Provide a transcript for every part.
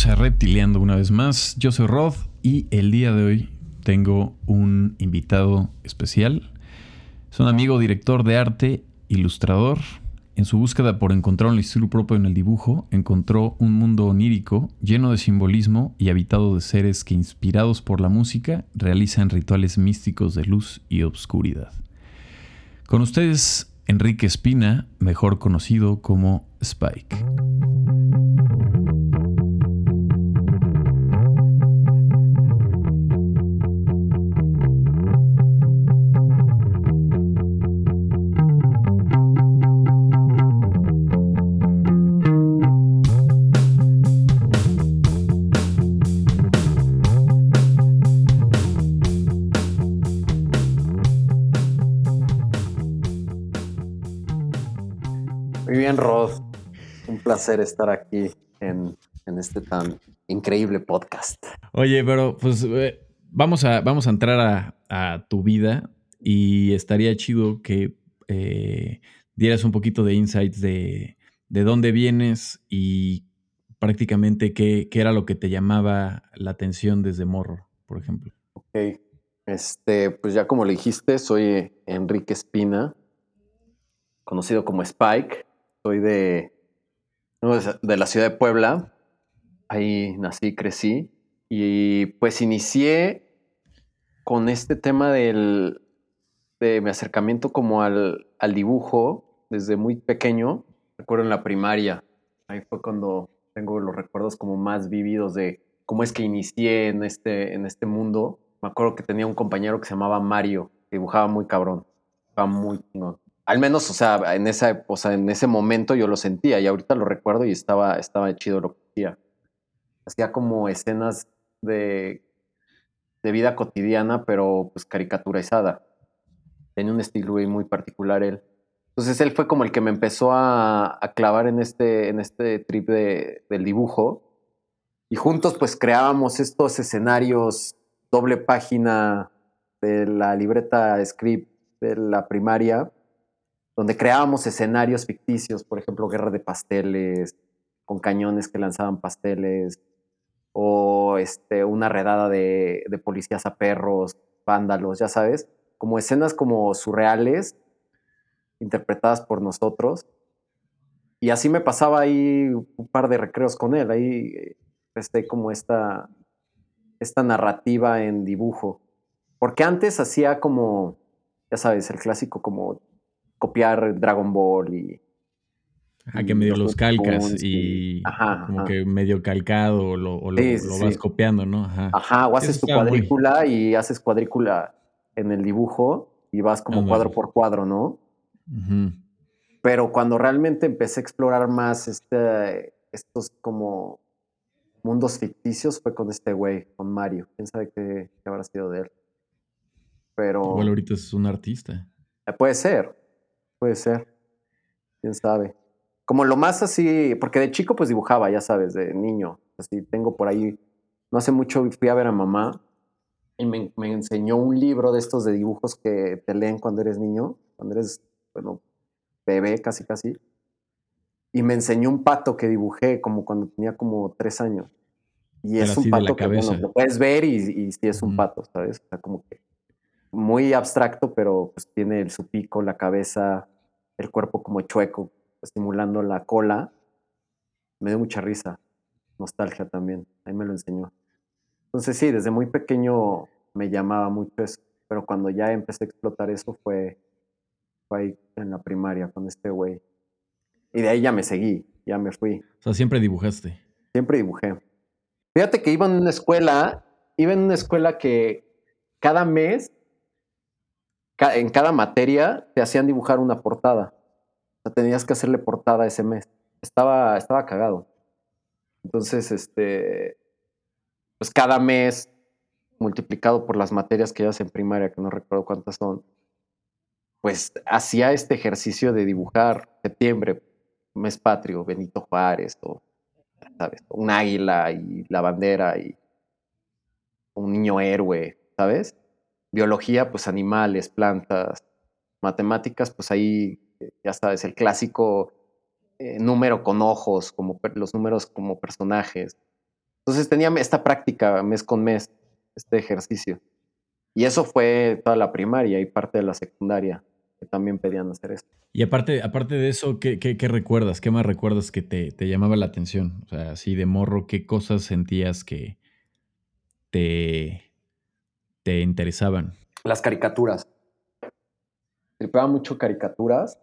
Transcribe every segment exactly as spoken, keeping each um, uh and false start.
Bienvenidos a Reptiliando una vez más. Yo soy Rod y el día de hoy tengo un invitado especial. Es un amigo, director de arte, ilustrador. En su búsqueda por encontrar un estilo propio en el dibujo, encontró un mundo onírico lleno de simbolismo y habitado de seres que, inspirados por la música, realizan rituales místicos de luz y obscuridad. Con ustedes, Enrique Espina, mejor conocido como Spike. Muy bien, Rod. Un placer estar aquí en, en este tan increíble podcast. Oye, pero pues eh, vamos, a, vamos a entrar a, a tu vida y estaría chido que eh, dieras un poquito de insights de, de dónde vienes y prácticamente qué, qué era lo que te llamaba la atención desde morro, por ejemplo. Ok. Este, pues ya como le dijiste, soy Enrique Espina, conocido como Spike. Soy de, no, de la ciudad de Puebla. Ahí nací, crecí. Y pues inicié con este tema del, de mi acercamiento como al, al dibujo desde muy pequeño. Recuerdo en la primaria. Ahí fue cuando tengo los recuerdos como más vividos de cómo es que inicié en este, en este mundo. Me acuerdo que tenía un compañero que se llamaba Mario, que dibujaba muy cabrón, dibujaba muy chingón. Al menos, o sea, en, esa, o sea, en ese momento yo lo sentía y ahorita lo recuerdo y estaba, estaba chido lo que hacía. Hacía como escenas de, de vida cotidiana, pero pues caricaturizada. Tenía un estilo muy particular él. Entonces él fue como el que me empezó a, a clavar en este, en este trip de, del dibujo. Y juntos pues creábamos estos escenarios doble página de la libreta script de la primaria, donde creábamos escenarios ficticios, por ejemplo, guerra de pasteles, con cañones que lanzaban pasteles, o este, una redada de, de policías a perros, vándalos, ya sabes, como escenas como surreales, interpretadas por nosotros. Y así me pasaba ahí un par de recreos con él. Ahí empecé como esta, esta narrativa en dibujo. Porque antes hacía como, ya sabes, el clásico como copiar Dragon Ball y, Ajá, que y medio los los Looney calcas Tunes y... y Ajá, como ajá. que medio calcado o lo, o Sí, lo, sí, lo vas sí. copiando, ¿no? Ajá. Ajá, o Sí, eso haces tu estaba muy... cuadrícula y haces cuadrícula en el dibujo y vas como cuadro Ándale. por cuadro, ¿no? Ujú. Pero cuando realmente empecé a explorar más este, estos como mundos ficticios fue con este güey, con Mario. ¿Quién sabe qué, qué habrá sido de él? Igual Pero ahorita es un artista. eh, puede ser, puede ser, quién sabe. Como lo más así, porque de chico pues dibujaba, ya sabes, de niño. Así tengo por ahí, no hace mucho fui a ver a mamá y me, me enseñó un libro de estos de dibujos que te leen cuando eres niño, cuando eres, bueno, bebé casi casi. Y me enseñó un pato que dibujé como cuando tenía como tres años. Y Pero es un así de la pato que, bueno, cabeza. lo puedes ver y, y sí es un Ujú. pato, ¿sabes? O sea, como que muy abstracto, pero pues tiene el, su pico, la cabeza, el cuerpo como chueco, simulando la cola. Me dio mucha risa, nostalgia también. Ahí me lo enseñó. Entonces sí, desde muy pequeño me llamaba mucho eso. Pero cuando ya empecé a explotar eso fue, fue ahí en la primaria con este güey. Y de ahí ya me seguí, ya me fui. O sea, siempre dibujaste. Siempre dibujé. Fíjate que iba en una escuela, iba en una escuela que cada mes, ca- en cada materia, te hacían dibujar una portada. O sea, tenías que hacerle portada ese mes. Estaba, estaba cagado. Entonces, este, pues cada mes, multiplicado por las materias que llevas en primaria, que no recuerdo cuántas son, pues hacía este ejercicio de dibujar septiembre, mes patrio, Benito Juárez, o, ¿sabes? Un águila y la bandera y un niño héroe, ¿sabes? Biología, pues animales, plantas, matemáticas, pues ahí, eh, ya sabes, el clásico eh, número con ojos, como per- los números como personajes. Entonces tenía esta práctica mes con mes, este ejercicio. Y eso fue toda la primaria y parte de la secundaria, que también pedían hacer eso. Y aparte, aparte de eso, ¿qué, qué, qué recuerdas? ¿Qué más recuerdas que te, te llamaba la atención? O sea, así de morro, ¿qué cosas sentías que te, te interesaban? Las caricaturas. Me pegaba mucho caricaturas.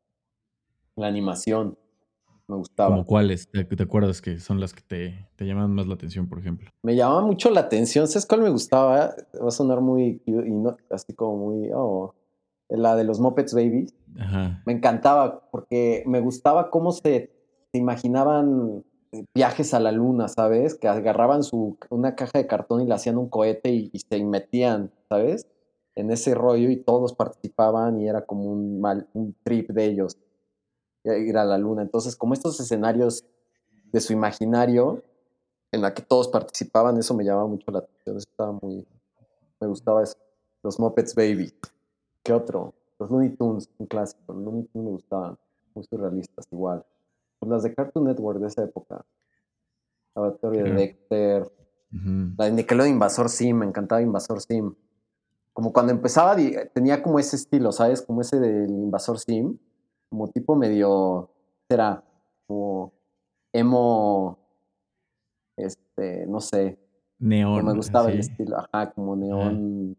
La animación me ¿Como gustaba. cuáles? ¿Te, te acuerdas que son las que te, te llaman más la atención, por ejemplo? Me llamaba mucho la atención. ¿Sabes cuál me gustaba? Va a sonar muy cute y no, así como muy. Oh, la de los Muppets Babies. Ajá. Me encantaba porque me gustaba cómo se, se imaginaban viajes a la luna, ¿sabes? Que agarraban su, una caja de cartón y le hacían un cohete y, y se metían, ¿sabes? En ese rollo y todos participaban y era como un, mal, un trip de ellos ir a la luna. Entonces, como estos escenarios de su imaginario en la que todos participaban, eso me llamaba mucho la atención. Eso estaba muy, me gustaba eso. Los Muppets Baby. ¿Qué otro? Los Looney Tunes, un clásico. Los Looney Tunes me gustaban, muy surrealistas igual. Pues las de Cartoon Network de esa época. La teoría de Creo. Dexter. Ujú. La de Nickelodeon Invasor Sim, me encantaba Invasor Sim. Como cuando empezaba, tenía como ese estilo, ¿sabes? Como ese del Invasor Sim. Como tipo medio, será, como emo, este, no sé. Pero me Neón, gustaba el así. estilo, ajá, como Ajá. neón,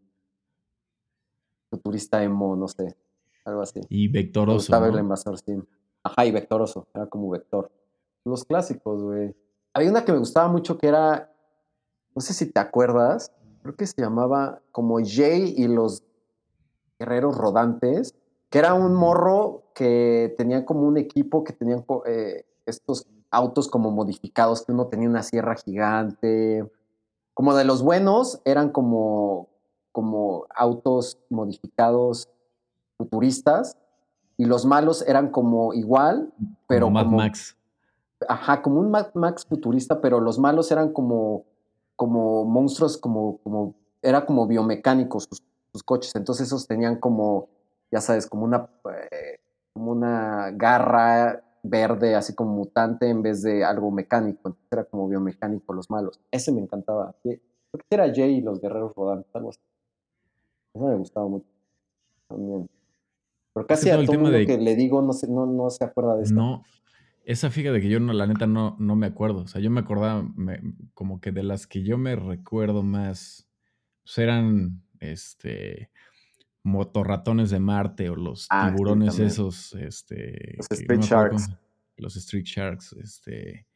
futurista emo, no sé. Algo así. Y Me vectoroso, gustaba el ¿no? Invasor Sim. Ajá, y Vectoroso, era como Vector. Los clásicos, güey. Había una que me gustaba mucho que era, no sé si te acuerdas, creo que se llamaba como Jay y los Guerreros Rodantes, que era un morro que tenía como un equipo que tenían eh, estos autos como modificados, que uno tenía una sierra gigante. Como de los buenos, eran como, como autos modificados futuristas, y los malos eran como igual, Como pero Mad como, Max. ajá, como un Mad Max futurista, pero los malos eran como, como monstruos, como, como, era como biomecánicos sus, sus coches, entonces esos tenían como, ya sabes, como una, eh, como una garra verde, así como mutante, en vez de algo mecánico, entonces era como biomecánico los malos. Ese me encantaba. Creo que era Jay y los guerreros rodantes, algo así. Eso me gustaba mucho también. Pero Es que casi todo a el todo tema mundo de que le digo no se, no, no se acuerda de esa. no, esa fíjate que yo no, la neta no, no me acuerdo. O sea, yo me acordaba me- como que de las que yo me recuerdo más, pues eran este motorratones de Marte o los Ah, sí, tiburones también. esos, este, Los que no Street me acuerdo Sharks. cómo, los Street Sharks, este.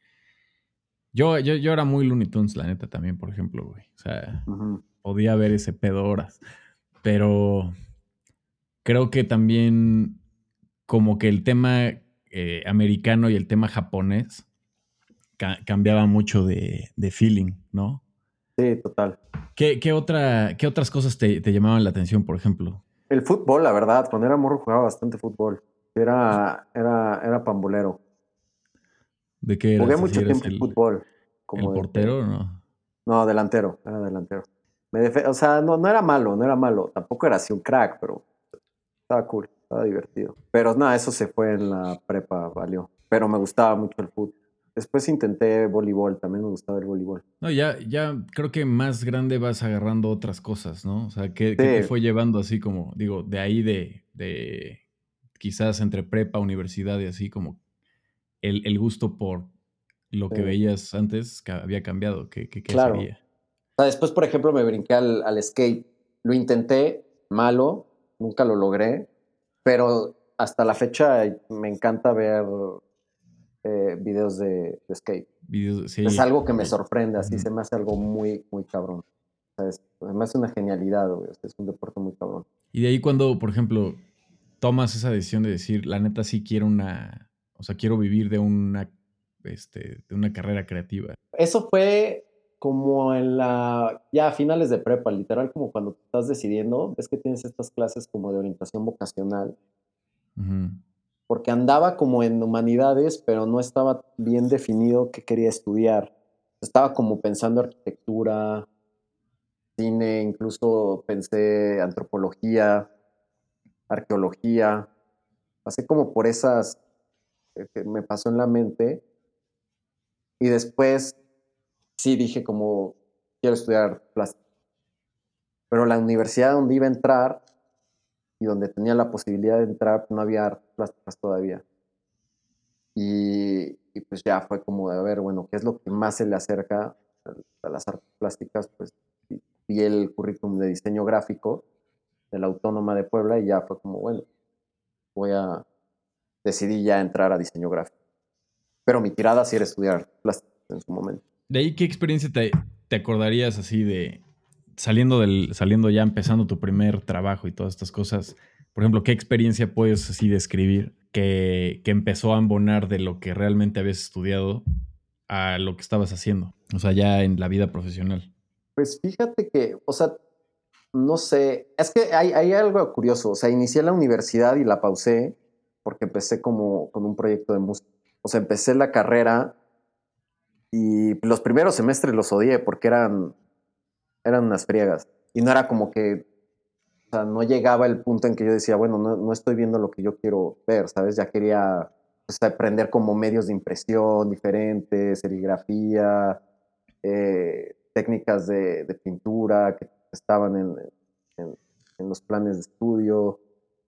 Yo, yo, yo era muy Looney Tunes, la neta, también, por ejemplo, güey. O sea, Ujú. podía ver ese pedo horas. Pero creo que también como que el tema eh, americano y el tema japonés ca- cambiaba mucho de, de feeling, ¿no? Sí, total. ¿Qué, qué otra, qué otras cosas te, te llamaban la atención, por ejemplo? El fútbol, la verdad, cuando era morro jugaba bastante fútbol. Era, era, era pambolero. ¿De qué Jugué eras? ¿Así mucho eras tiempo el, fútbol, el como de, portero o no? no, delantero, era delantero. Me defe- o sea, no, no era malo, no era malo. Tampoco era así un crack, pero estaba cool, estaba divertido. Pero nada, eso se fue en la prepa, valió. Pero me gustaba mucho el fútbol. Después intenté voleibol, también me gustaba el voleibol. No, ya, ya creo que más grande vas agarrando otras cosas, ¿no? O sea, ¿qué, qué te Sí, fue llevando así como, digo, de ahí de, de quizás entre prepa, universidad y así como el, el gusto por lo sí, que veías antes ca- había cambiado? ¿Qué, qué, qué claro. sería? O sea, después, por ejemplo, me brinqué al, al skate. Lo intenté, malo, nunca lo logré, pero hasta la fecha me encanta ver eh, videos de, de skate. Videos, Es sí. algo que me Oye, sorprende, así ujú. se me hace algo muy, muy cabrón. O sea, es, se me hace una genialidad, güey. O sea, es un deporte muy cabrón. Y de ahí cuando, por ejemplo, tomas esa decisión de decir, la neta sí quiero una, o sea, quiero vivir de una, este, de una carrera creativa. Eso fue como en la, ya a finales de prepa, literal, como cuando te estás decidiendo, ves que tienes estas clases como de orientación vocacional, Ujú. porque andaba como en humanidades, pero no estaba bien definido qué quería estudiar. Estaba como pensando arquitectura, cine, incluso pensé antropología, arqueología. Pasé como por esas eh, que me pasó en la mente y después sí dije como, quiero estudiar plástica. Pero la universidad donde iba a entrar y donde tenía la posibilidad de entrar, no había artes plásticas todavía. Y, y pues ya fue como de, a ver, bueno, ¿qué es lo que más se le acerca a, a las artes plásticas? Pues vi el currículum de diseño gráfico de la Autónoma de Puebla y ya fue como, bueno, voy a, decidí ya entrar a diseño gráfico. Pero mi tirada sí era estudiar plástica en su momento. ¿De ahí qué experiencia te, te acordarías así de saliendo del, saliendo ya empezando tu primer trabajo y todas estas cosas? Por ejemplo, ¿qué experiencia puedes así describir que, que empezó a embonar de lo que realmente habías estudiado a lo que estabas haciendo? O sea, ya en la vida profesional. Pues fíjate que, o sea, no sé, es que hay, hay algo curioso, o sea, inicié la universidad y la pausé porque empecé como con un proyecto de música. O sea, empecé la carrera y los primeros semestres los odié porque eran, eran unas friegas. Y no era como que, o sea, no llegaba el punto en que yo decía, bueno, no, no estoy viendo lo que yo quiero ver, ¿sabes? Ya quería pues, aprender como medios de impresión diferentes, serigrafía, eh, técnicas de, de, pintura que estaban en, en, en, los planes de estudio,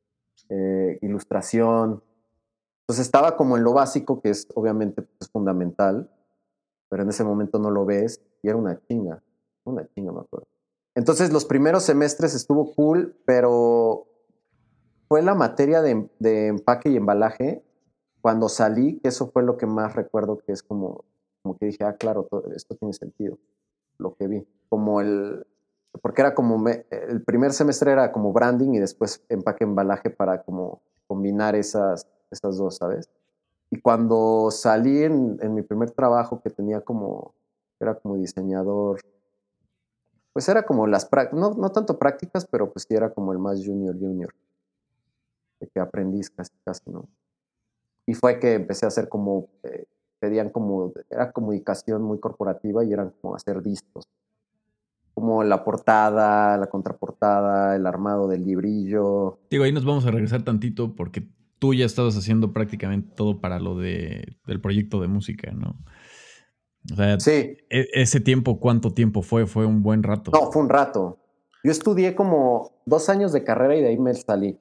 eh, ilustración. Entonces estaba como en lo básico, que es obviamente pues, fundamental, pero en ese momento no lo ves y era una chinga, una chinga, me acuerdo. Entonces los primeros semestres estuvo cool, pero fue la materia de, de empaque y embalaje. Cuando salí, que eso fue lo que más recuerdo, que es como, como que dije, ah, claro, todo, esto tiene sentido, lo que vi. Como el, porque era como, me, el primer semestre era como branding y después empaque embalaje para como combinar esas, esas dos, ¿sabes? Y cuando salí en, en mi primer trabajo que tenía como, era como diseñador, pues era como las prácticas, no, no tanto prácticas, pero pues sí era como el más junior junior, de que aprendí casi casi, ¿no? Y fue que empecé a hacer como, eh, pedían como, era comunicación muy corporativa y eran como hacer discos. Como la portada, la contraportada, el armado del librillo. Digo, ahí nos vamos a regresar tantito porque tú ya estabas haciendo prácticamente todo para lo de, del proyecto de música, ¿no? O sea, Sí, e- ese tiempo, ¿cuánto tiempo fue? Fue un buen rato. no, fue un rato. Yo estudié como dos años de carrera y de ahí me salí.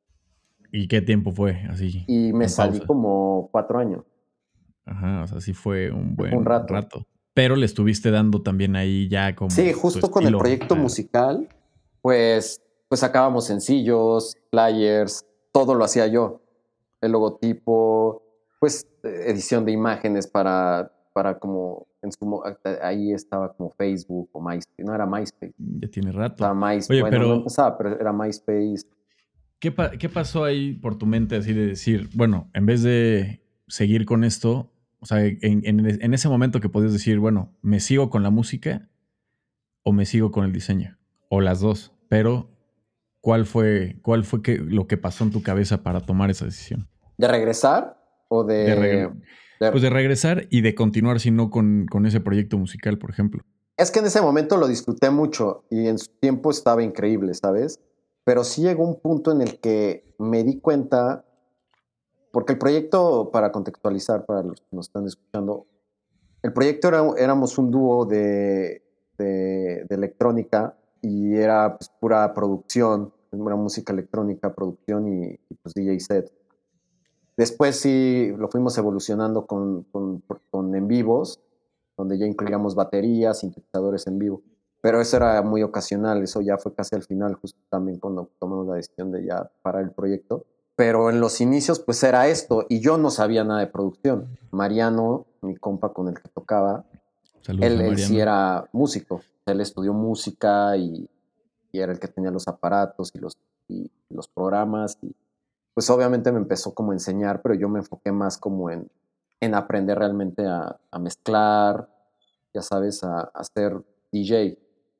¿Y qué tiempo fue así, Y me en salí pausa? como cuatro años. Ajá, o sea, sí fue un Fue un buen rato. rato. Pero le estuviste dando también ahí ya Sí, como tu justo con el estilo. proyecto a- musical, pues, pues sacábamos sencillos, flyers, todo lo hacía yo. El logotipo, pues edición de imágenes para, para como, en su, ahí estaba como Facebook o MySpace, no era MySpace, Ya tiene rato. estaba MySpace, Oye, bueno, no pero empezaba, pero era MySpace. ¿qué, pa- qué pasó ahí por tu mente así de decir, bueno, en vez de seguir con esto, o sea, en, en- en ese momento que podías decir, bueno, ¿me sigo con la música o me sigo con el diseño? O las dos. Pero, ¿cuál fue, cuál fue que, lo que pasó en tu cabeza para tomar esa decisión? ¿De regresar o De, de, regre- de... pues de regresar y de continuar, si no, con, con ese proyecto musical, por ejemplo. Es que en ese momento lo disfruté mucho y en su tiempo estaba increíble, ¿sabes? Pero sí llegó un punto en el que me di cuenta, porque el proyecto, para contextualizar, para los que nos están escuchando, el proyecto era, éramos un dúo de, de, de electrónica y era pues, pura producción, era música electrónica, producción y, y pues D J set. Después sí lo fuimos evolucionando con, con, con en vivos, donde ya incluíamos baterías, sintetizadores en vivo. Pero eso era muy ocasional, eso ya fue casi al final, justo también cuando tomamos la decisión de ya parar el proyecto. Pero en los inicios pues era esto y yo no sabía nada de producción. Mariano, mi compa con el que tocaba, Saludos él, a él sí Mariano. era músico, él estudió música y, y era el que tenía los aparatos y los, y los programas y pues obviamente me empezó como a enseñar, pero yo me enfoqué más como en, en aprender realmente a, a mezclar, ya sabes, a, a ser D J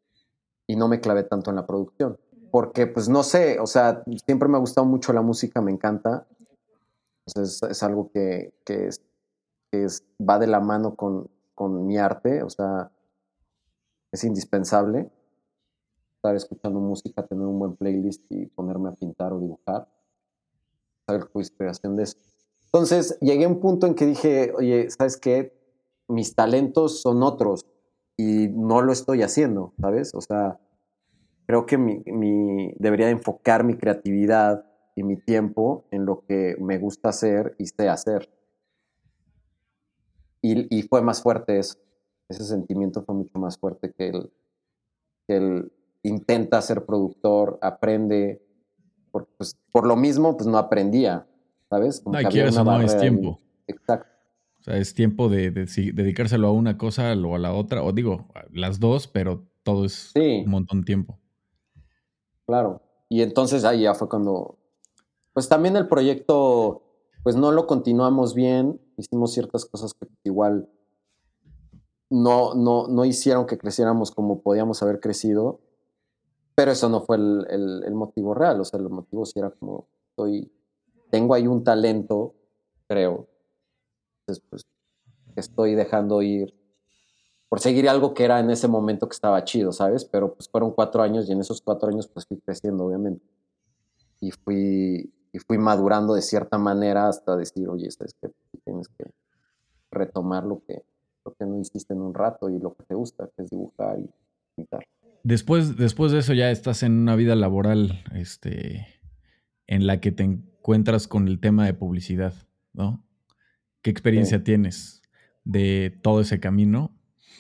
y no me clavé tanto en la producción. Porque, pues no sé, o sea, siempre me ha gustado mucho la música, me encanta. Entonces es, es algo que, que, es, que es, va de la mano con, con mi arte, o sea, es indispensable estar escuchando música, tener un buen playlist y ponerme a pintar o dibujar. Saber tu inspiración de eso. Entonces llegué a un punto en que dije, oye, ¿sabes qué? Mis talentos son otros. y no lo estoy haciendo, ¿sabes? O sea, creo que mi, mi, debería enfocar mi creatividad y mi tiempo en lo que me gusta hacer y sé hacer. Y, y fue más fuerte eso. Ese sentimiento fue mucho más fuerte que el, que el intenta ser productor, aprende, por, pues, por lo mismo, pues no aprendía, ¿sabes? Como No, que y había quieras una o no, es barrera ahí. tiempo. Exacto. O sea, es tiempo de, de si- dedicárselo a una cosa o a la otra, o digo, a las dos, pero todo es un Sí, montón de tiempo. claro. Y entonces ahí ya fue cuando, pues también el proyecto, pues no lo continuamos bien, hicimos ciertas cosas que igual no, no, no hicieron que creciéramos como podíamos haber crecido, pero eso no fue el, el, el motivo real, o sea, el motivo sí era como, estoy, tengo ahí un talento, creo, entonces pues que estoy dejando ir por seguir algo que era en ese momento que estaba chido, ¿sabes? Pero pues fueron cuatro años y en esos cuatro años pues fui creciendo, obviamente. Y fui, y fui madurando de cierta manera hasta decir, oye, sabes que tienes que retomar lo que, lo que no hiciste en un rato y lo que te gusta, que es dibujar y pintar. Después, después de eso ya estás en una vida laboral, este, en la que te encuentras con el tema de publicidad, ¿no? ¿Qué Sí. experiencia tienes de todo ese camino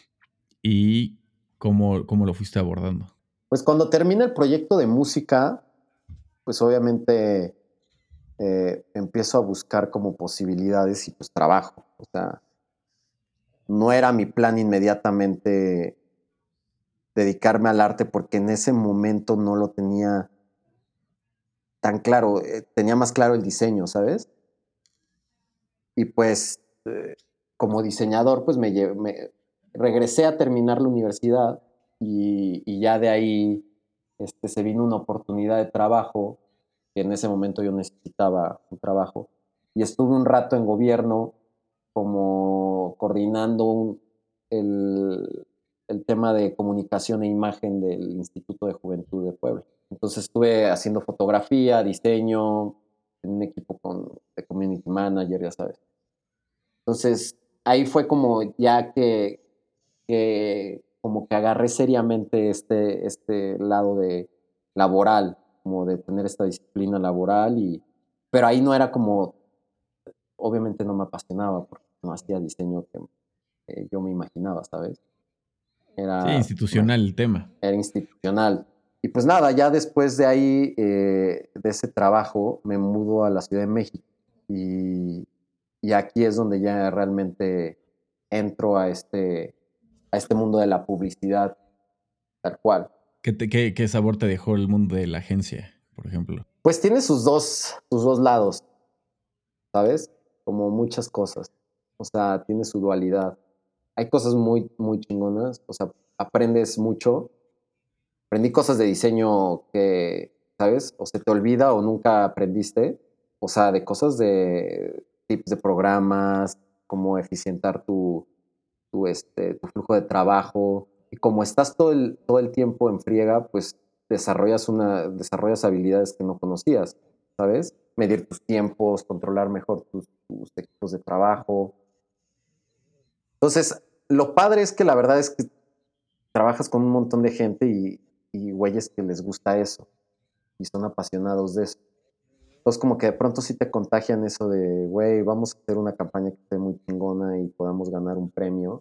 y cómo, cómo lo fuiste abordando? Pues cuando termina el proyecto de música, pues obviamente eh, empiezo a buscar como posibilidades y pues trabajo. O sea, no era mi plan inmediatamente dedicarme al arte porque en ese momento no lo tenía tan claro, eh, tenía más claro el diseño, ¿sabes? Y pues eh, como diseñador, pues me, me, regresé a terminar la universidad y, y ya de ahí este, se vino una oportunidad de trabajo, que en ese momento yo necesitaba un trabajo, y estuve un rato en gobierno como coordinando un, el, el tema de comunicación e imagen del Instituto de Juventud de Puebla. Entonces estuve haciendo fotografía, diseño, en un equipo con, de community manager, ya sabes. Entonces ahí fue como ya que, que como que agarré seriamente este, este lado de laboral, como de tener esta disciplina laboral, y, pero ahí no era como, obviamente no me apasionaba porque no hacía diseño que, que yo me imaginaba, ¿sabes? Sí, Era, institucional el tema. era institucional. Y pues nada, ya después de ahí, eh, de ese trabajo, me mudo a la Ciudad de México. Y, y aquí es donde ya realmente entro a este, a este mundo de la publicidad tal cual. ¿Qué, te- qué, qué sabor te dejó el mundo de la agencia, por ejemplo? Pues tiene sus dos, sus dos lados, ¿sabes? Como muchas cosas. O sea, tiene su dualidad. Hay cosas muy, muy chingonas. O sea, aprendes mucho. Aprendí cosas de diseño que, ¿sabes? O se te olvida o nunca aprendiste. O sea, de cosas de tips de programas, cómo eficientar tu, tu, este, tu flujo de trabajo. Y como estás todo el, todo el tiempo en friega, pues desarrollas, una, desarrollas habilidades que no conocías, ¿sabes? Medir tus tiempos, controlar mejor tus, tus equipos de trabajo. Entonces, lo padre es que la verdad es que trabajas con un montón de gente y, y güeyes que les gusta eso y son apasionados de eso. Entonces, como que de pronto sí te contagian eso de, güey, vamos a hacer una campaña que esté muy chingona y podamos ganar un premio.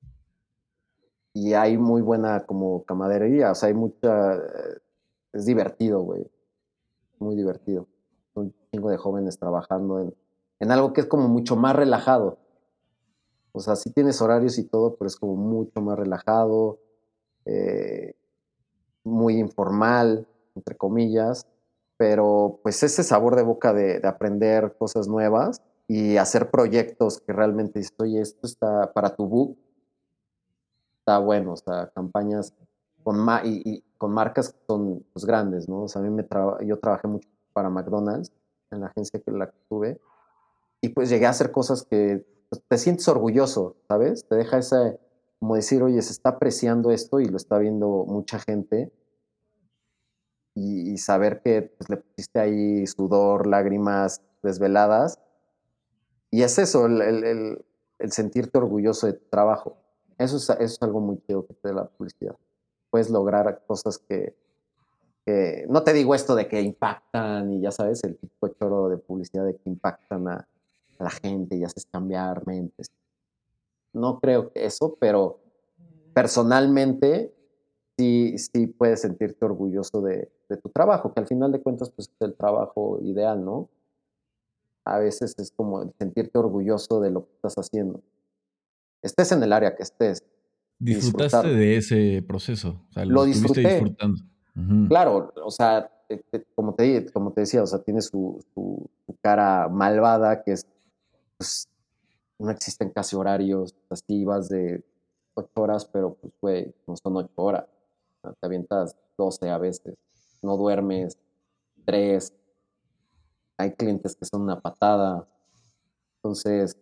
Y hay muy buena como camaradería, o sea, hay mucha... eh, es divertido, güey, muy divertido. Un chingo de jóvenes trabajando en, en algo que es como mucho más relajado. O sea, sí tienes horarios y todo, pero es como mucho más relajado, eh, muy informal, entre comillas, pero pues ese sabor de boca de, de aprender cosas nuevas y hacer proyectos que realmente dices, oye, esto está para tu book, está bueno, o sea, campañas con, ma y, y con marcas que son pues, grandes, ¿no? O sea, a mí me traba yo trabajé mucho para McDonald's en la agencia que la que tuve y pues llegué a hacer cosas que pues, te sientes orgulloso, ¿sabes? Te deja esa, como decir, oye, se está apreciando esto y lo está viendo mucha gente y, y saber que pues, le pusiste ahí sudor, lágrimas, desveladas. Y es eso, el, el, el, el sentirte orgulloso de tu trabajo. Eso es, eso es algo muy chido que te da la publicidad. Puedes lograr cosas que, que, no te digo esto de que impactan y ya sabes, el tipo de choro de publicidad de que impactan a, a la gente y haces cambiar mentes. No creo que eso, pero personalmente sí, sí puedes sentirte orgulloso de, de tu trabajo, que al final de cuentas pues es el trabajo ideal, ¿no? A veces es como sentirte orgulloso de lo que estás haciendo. Estés en el área que estés y Disfrutaste disfrutarlo. de ese proceso, o sea, lo Lo estuviste disfruté, disfrutando. Ujú. claro, o sea, eh, eh, como te, como te decía, o sea, tiene su, su, su cara malvada, que es, pues, no existen casi horarios, así vas de ocho horas, pero pues, güey, no son ocho horas, o sea, te avientas doce a veces, no duermes, tres, hay clientes que son una patada, entonces,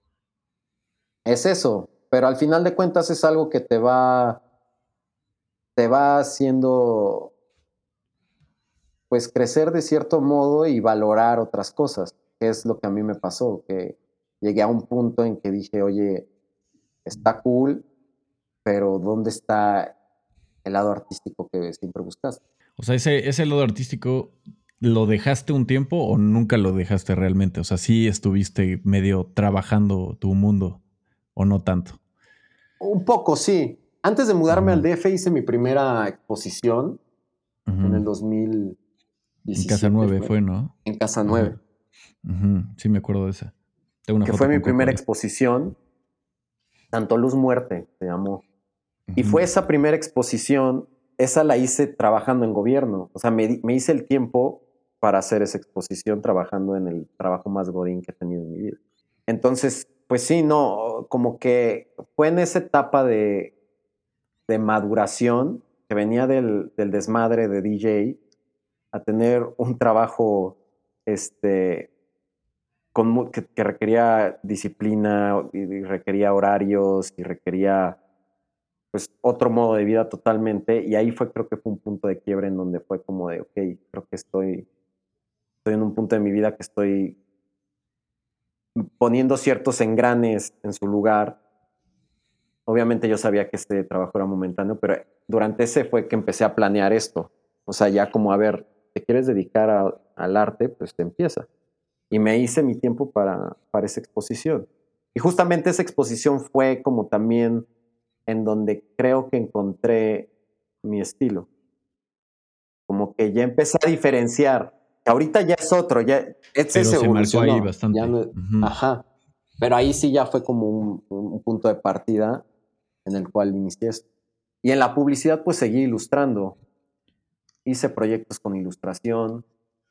es eso, pero al final de cuentas es algo que te va, te va haciendo pues crecer de cierto modo y valorar otras cosas, que es lo que a mí me pasó, que llegué a un punto en que dije, oye, está cool, pero ¿dónde está el lado artístico que siempre buscaste? O sea, ese, ese lado artístico, ¿lo dejaste un tiempo o nunca lo dejaste realmente? O sea, sí estuviste medio trabajando tu mundo o no tanto. Un poco, sí. Antes de mudarme al Ujú, D F hice mi primera exposición en ujú. el dos mil En Casa diecisiete Nueve fue, fue, ¿no? en Casa Ajá. nueve, Ujú, sí, me acuerdo de esa. Tengo una que fue foto mi con Coco primera ahí. exposición, Tanto Luz Muerte se llamó. Y fue Ujú. esa primera exposición, esa la hice trabajando en gobierno. O sea, me, me hice el tiempo para hacer esa exposición trabajando en el trabajo más godín que he tenido en mi vida. Entonces, pues sí, no, como que fue en esa etapa de, de maduración que venía del, del desmadre de D J a tener un trabajo este, con, que, que requería disciplina y, y requería horarios y requería pues otro modo de vida totalmente y ahí fue creo que fue un punto de quiebre en donde fue como de ok, creo que estoy, estoy en un punto de mi vida que estoy poniendo ciertos engranes en su lugar. Obviamente yo sabía que este trabajo era momentáneo, pero durante ese fue que empecé a planear esto. O sea, ya como a ver, ¿te quieres dedicar a, al arte? Pues te empieza. Y me hice mi tiempo para, para esa exposición. Y justamente esa exposición fue como también en donde creo que encontré mi estilo. Como que ya empecé a diferenciar. Ahorita ya es otro, ya ese Pero se se marcó ahí evolucionó. Ya bastante. no, Ujú. ajá. Pero ahí sí ya fue como un, un punto de partida en el cual inicié esto. Y en la publicidad pues seguí ilustrando. Hice proyectos con ilustración,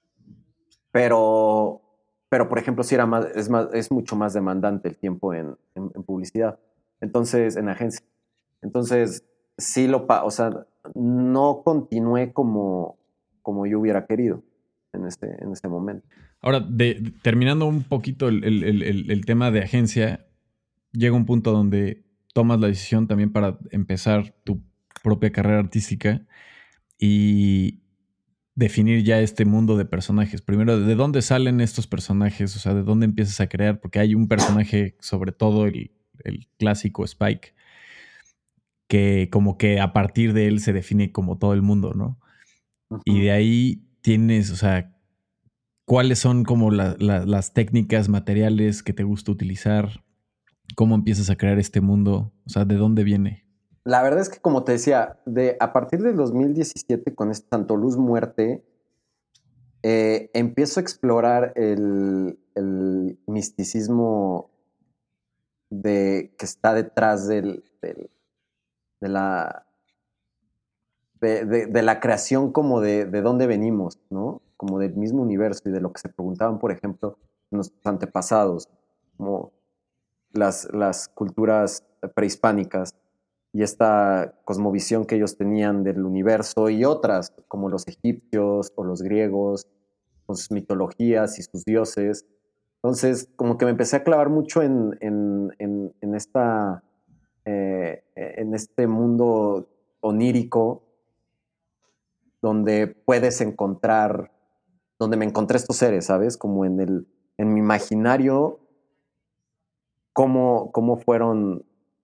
pero, pero por ejemplo sí era más, es, más, es mucho más demandante el tiempo en, en, en publicidad. Entonces, en agencia. Entonces, sí lo, pa o sea, no continué como, como yo hubiera querido en este, en este momento. Ahora, de, de- terminando un poquito el, el- el- el- el tema de agencia, llega un punto donde tomas la decisión también para empezar tu propia carrera artística y definir ya este mundo de personajes. Primero, ¿de dónde salen estos personajes? O sea, ¿de dónde empiezas a crear? Porque hay un personaje, sobre todo el, el clásico Spike, que como que a partir de él se define como todo el mundo, ¿no? Uh Y -huh. de ahí tienes, o sea, ¿cuáles son como la, la, las técnicas, materiales que te gusta utilizar? ¿Cómo empiezas a crear este mundo? O sea, ¿de dónde viene? La verdad es que, como te decía, de, a partir del dos mil diecisiete, con este Tanto Luz Muerte, eh, empiezo a explorar el, el misticismo de, que está detrás del, del, de, la, de, de, de, la creación como de, de dónde venimos, ¿no? Como del mismo universo y de lo que se preguntaban, por ejemplo, nuestros antepasados, como las, las culturas prehispánicas y esta cosmovisión que ellos tenían del universo y otras, como los egipcios o los griegos, con sus mitologías y sus dioses. Entonces, como que me empecé a clavar mucho en, en, en, en esta, eh, en este mundo onírico donde puedes encontrar, donde me encontré estos seres, ¿sabes? Como en, el, en mi imaginario, cómo, cómo fueron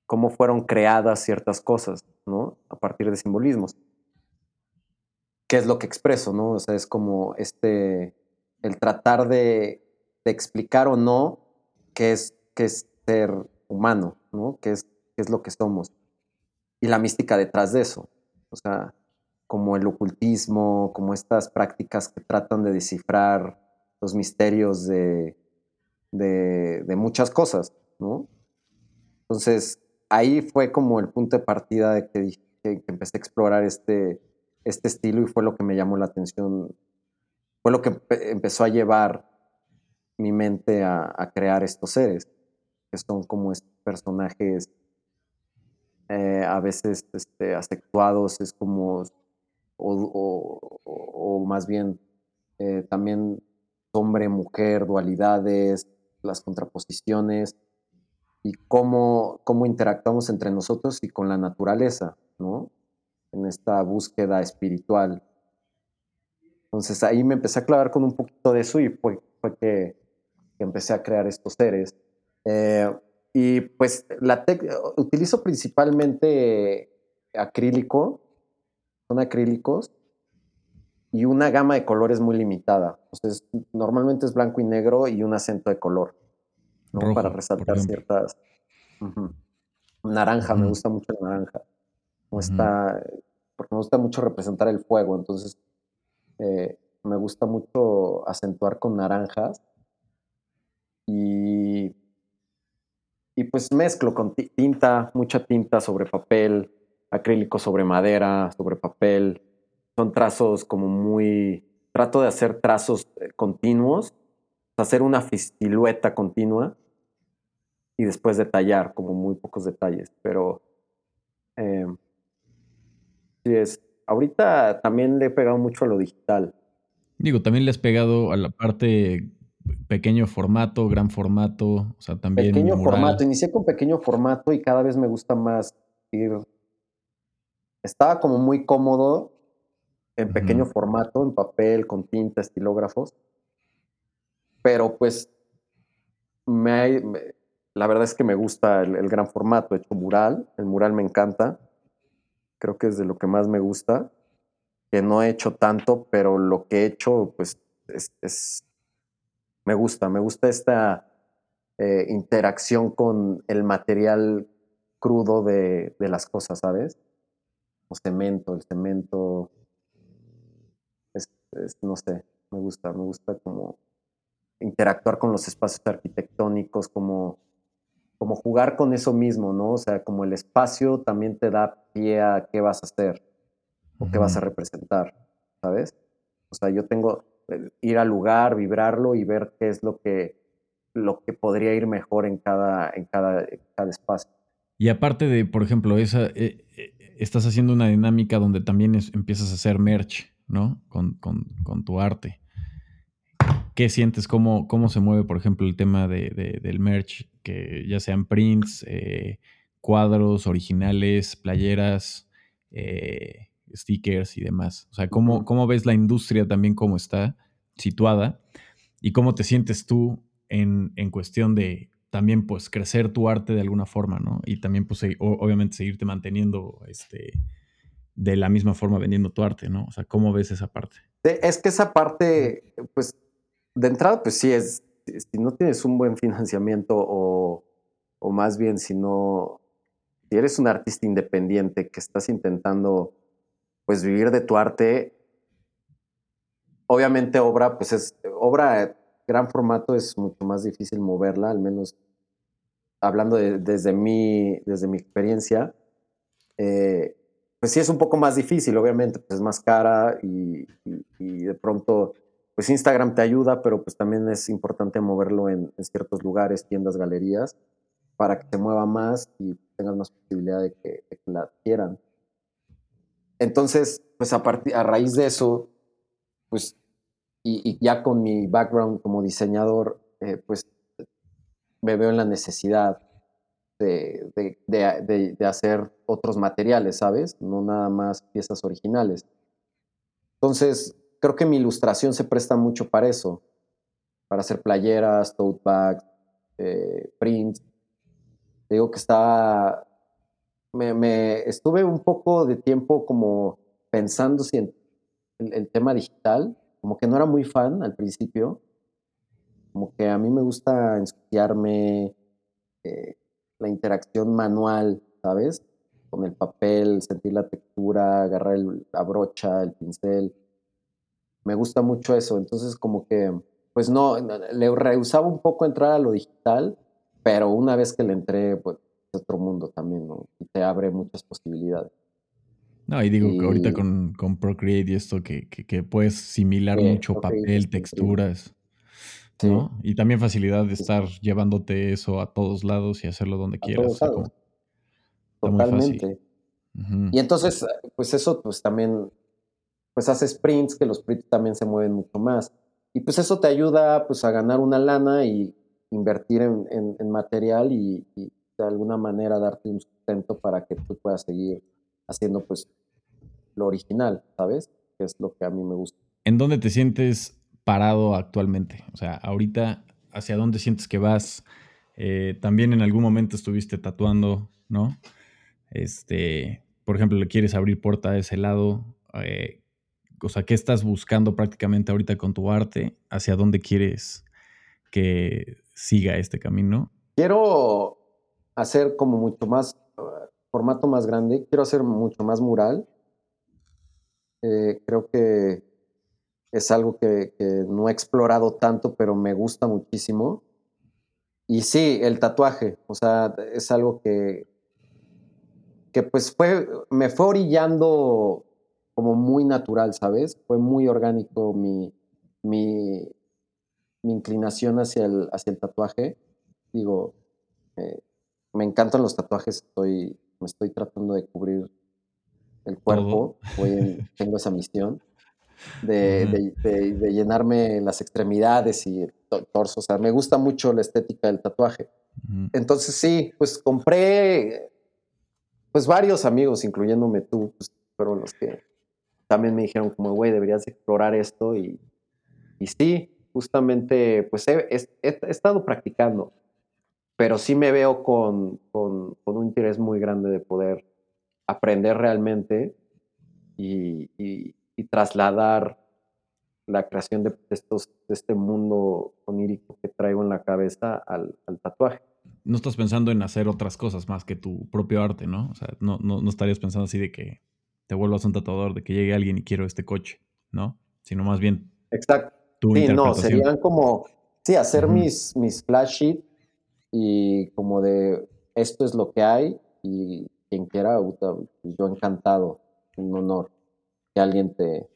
cómo fueron creadas ciertas cosas, ¿no? A partir de simbolismos. ¿Qué es lo que expreso, no? O sea, es como este, el tratar de, de explicar o no qué es, qué es ser humano, ¿no? ¿Qué es, qué es lo que somos? Y la mística detrás de eso. O sea, como el ocultismo, como estas prácticas que tratan de descifrar los misterios de, de, de muchas cosas, ¿no? Entonces, ahí fue como el punto de partida de que, dije, que, que empecé a explorar este, este estilo y fue lo que me llamó la atención, fue lo que empe- empezó a llevar mi mente a, a crear estos seres, que son como estos personajes eh, a veces este, asexuados, es como, o, o- o- o más bien eh, también hombre, mujer, dualidades, las contraposiciones y cómo, cómo interactuamos entre nosotros y con la naturaleza, ¿no? En esta búsqueda espiritual. Entonces ahí me empecé a clavar con un poquito de eso y fue, fue que, que empecé a crear estos seres. Eh, y pues la tec- utilizo principalmente acrílico, son acrílicos y una gama de colores muy limitada. Entonces normalmente es blanco y negro y un acento de color, ¿no? Para Rojo, por resaltar ejemplo. ciertas... Ujú. Naranja, me Ujú, gusta mucho el naranja. No ujú. está, porque me gusta mucho representar el fuego, entonces eh, me gusta mucho acentuar con naranjas y, y pues mezclo con ti- tinta, mucha tinta sobre papel, acrílico sobre madera, sobre papel. Son trazos como muy, trato de hacer trazos eh, continuos, hacer una fis- silueta continua y después detallar como muy pocos detalles, pero eh, sí es. Ahorita también le he pegado mucho a lo digital. Digo, también le has pegado a la parte pequeño formato, gran formato, o sea, también Pequeño mural. formato, inicié con pequeño formato y cada vez me gusta más ir. Estaba como muy cómodo en pequeño Ujú, formato, en papel, con tinta, estilógrafos, pero pues me, me- la verdad es que me gusta el, el gran formato. He hecho mural, el mural me encanta, creo que es de lo que más me gusta, que no he hecho tanto, pero lo que he hecho, pues es, es- me gusta, me gusta esta eh, interacción con el material crudo de, de las cosas, ¿sabes? O cemento, el cemento, es, es, no sé, me gusta, me gusta como interactuar con los espacios arquitectónicos, como, como jugar con eso mismo, ¿no? O sea, como el espacio también te da pie a qué vas a hacer o qué vas ujú. a representar, ¿sabes? O sea, yo tengo eh, ir al lugar, vibrarlo y ver qué es lo que, lo que podría ir mejor en cada, en cada, en cada espacio. Y aparte de, por ejemplo, esa, eh, eh, estás haciendo una dinámica donde también es- empiezas a hacer merch, ¿no? Con, con- con tu arte. ¿Qué sientes? ¿Cómo, cómo se mueve, por ejemplo, el tema de, de- del merch? Que ya sean prints, eh, cuadros originales, playeras, eh, stickers y demás. O sea, ¿cómo, Ujú. cómo ves la industria también cómo está situada? ¿Y cómo te sientes tú en, en cuestión de también pues crecer tu arte de alguna forma, ¿no? Y también pues segui- o- obviamente seguirte manteniendo este, de la misma forma vendiendo tu arte, ¿no? O sea, ¿cómo ves esa parte? De- Es que esa parte, pues, de entrada, pues sí es, si no tienes un buen financiamiento o, o más bien si no, si eres un artista independiente que estás intentando, pues, vivir de tu arte, obviamente obra, pues es, obra eh, gran formato es mucho más difícil moverla, al menos hablando de- desde mi, desde mi experiencia, eh, pues sí es un poco más difícil, obviamente, pues es más cara y, y- y de pronto, pues Instagram te ayuda, pero pues también es importante moverlo en, en ciertos lugares, tiendas, galerías, para que se mueva más y tengas más posibilidad de que, de que la adquieran. Entonces, pues a, partir, a raíz de eso, pues, y, y ya con mi background como diseñador, eh, pues me veo en la necesidad de, de, de, de, de hacer otros materiales, ¿sabes? No nada más piezas originales. Entonces, creo que mi ilustración se presta mucho para eso, para hacer playeras, tote bags, eh, prints. Te digo que está, me, me estuve un poco de tiempo como pensando si en el, el tema digital, como que no era muy fan al principio, como que a mí me gusta ensuciarme, eh, la interacción manual, ¿sabes? Con el papel, sentir la textura, agarrar el- la brocha, el pincel. Me gusta mucho eso. Entonces, como que, pues no, no, le rehusaba un poco entrar a lo digital, pero una vez que le entré, pues es otro mundo también, ¿no? Y te abre muchas posibilidades. No, y digo que ahorita Y con, con Procreate y esto que, que, que puedes similar eh, mucho creo que papel, está increíble. texturas, Sí, ¿no? Y también facilidad de sí, estar sí, llevándote eso a todos lados y hacerlo donde a quieras. O todos sea, lados, como está muy fácil. totalmente. Ujú. Y entonces, pues eso, pues también pues hace sprints, que los sprints también se mueven mucho más. Y pues eso te ayuda pues a ganar una lana y invertir en, en, en material y, y, de alguna manera darte un sustento para que tú puedas seguir haciendo pues lo original, ¿sabes? Que es lo que a mí me gusta. ¿En dónde te sientes parado actualmente? O sea, ahorita, ¿hacia dónde sientes que vas? Eh, también en algún momento estuviste tatuando, ¿no? Este, por ejemplo, le quieres abrir puerta a ese lado. Eh, o sea, ¿qué estás buscando prácticamente ahorita con tu arte? ¿Hacia dónde quieres que siga este camino? Quiero hacer como mucho más, uh, formato más grande, quiero hacer mucho más mural. Eh, creo que es algo que, que no he explorado tanto, pero me gusta muchísimo. Y sí, el tatuaje, o sea, es algo que, que pues fue, me fue orillando como muy natural, ¿sabes? Fue muy orgánico mi, mi, mi inclinación hacia el, hacia el tatuaje. Digo, eh, me encantan los tatuajes, estoy, me estoy tratando de cubrir el Todo. cuerpo, voy en- tengo esa misión de, Ujú, de, de, de llenarme las extremidades y el to- torso, o sea, me gusta mucho la estética del tatuaje. ujú. Entonces sí, pues compré, pues varios amigos, incluyéndome tú, pues fueron los que también me dijeron como, güey, deberías explorar esto y, y sí, justamente, pues he, he- he estado practicando, pero sí me veo con, con, con un interés muy grande de poder aprender realmente y, y- y trasladar la creación de, estos, de este mundo onírico que traigo en la cabeza al, al tatuaje. No estás pensando en hacer otras cosas más que tu propio arte, ¿no? O sea, no, no, no estarías pensando así de que te vuelvas un tatuador, de que llegue alguien y quiero este coche, ¿no? Sino más bien Exacto. tu Sí, no, interpretación. serían como, sí, hacer Ujú, mis, mis flash sheet y como de esto es lo que hay y quien quiera, puta, pues yo encantado, un honor que alguien te,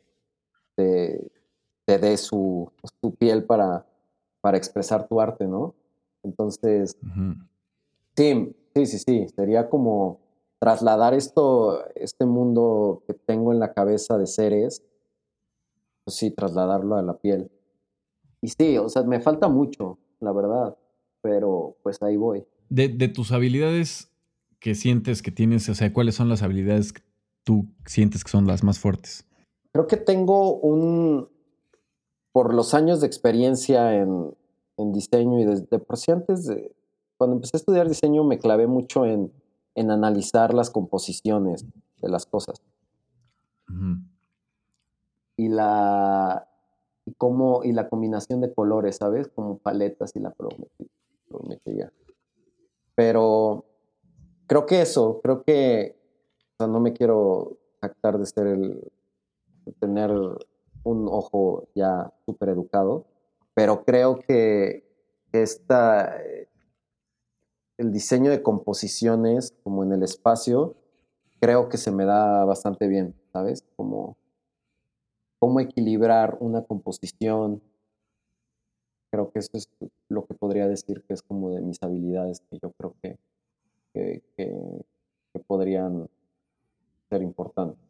te, te dé su, su piel para, para expresar tu arte, ¿no? Entonces, ujú. sí, sí, sí, sí, sería como trasladar esto, este mundo que tengo en la cabeza de seres, pues sí, trasladarlo a la piel. Y sí, o sea, me falta mucho, la verdad, pero pues ahí voy. De, de tus habilidades que sientes que tienes, o sea, ¿cuáles son las habilidades que tú sientes que son las más fuertes? Creo que tengo un, por los años de experiencia en, en diseño y desde por sí antes de, cuando empecé a estudiar diseño me clavé mucho en, en analizar las composiciones de las cosas Ujú, y la, y cómo, y la combinación de colores, ¿sabes? Como paletas y la prometría. prometría. Pero creo que eso, creo que, o sea, no me quiero jactar de ser el, de tener un ojo ya súper educado, pero creo que esta, el diseño de composiciones como en el espacio, creo que se me da bastante bien, ¿sabes? Como cómo equilibrar una composición, creo que eso es lo que podría decir que es como de mis habilidades que yo creo que, que, que, que podrían ser importantes.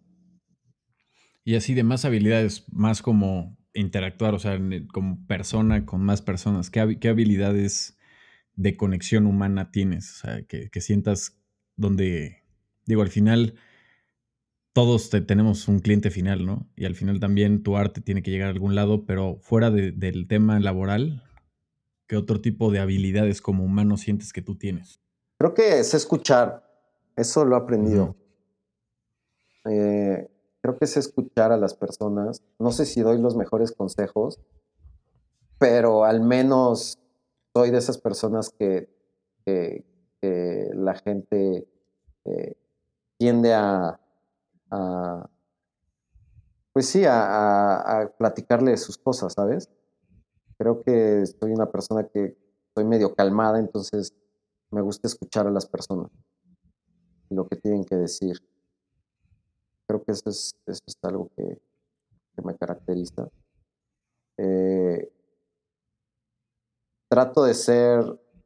y así de más habilidades, más como interactuar, o sea, en- como persona con más personas. ¿Qué, habi- qué habilidades de conexión humana tienes? O sea, que, que sientas donde, digo, al final todos te- tenemos un cliente final, ¿no? Y al final también tu arte tiene que llegar a algún lado, pero fuera de- del tema laboral, ¿qué otro tipo de habilidades como humano sientes que tú tienes? Creo que es escuchar, Eso lo he Ujú. aprendido. Eh, creo que es escuchar a las personas. No sé si doy los mejores consejos, pero al menos soy de esas personas que, que- que la gente eh, tiende a, a, pues sí, a, a- a platicarle sus cosas, ¿sabes? Creo que soy una persona que soy medio calmada, entonces me gusta escuchar a las personas y lo que tienen que decir. Creo que eso es, eso es algo que, que me caracteriza. Eh, trato de ser,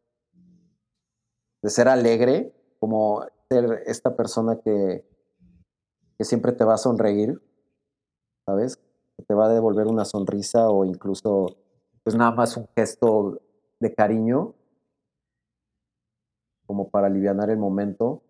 de ser alegre, como ser esta persona que, que siempre te va a sonreír, ¿sabes? Que te va a devolver una sonrisa o incluso, pues nada más un gesto de cariño, como para alivianar el momento.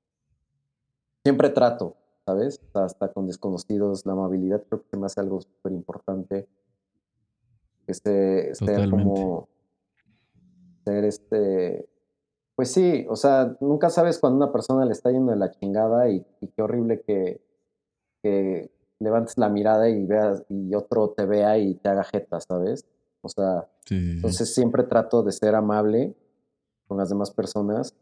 Siempre trato, ¿sabes? Hasta con desconocidos, la amabilidad creo que se me hace algo súper importante. Que se, ser Totalmente. como, ser este, pues sí, o sea, nunca sabes cuando una persona le está yendo de la chingada y, y qué horrible que, que levantes la mirada y veas y otro te vea y te haga jeta, ¿sabes? O sea, Sí, sí, sí. entonces siempre trato de ser amable con las demás personas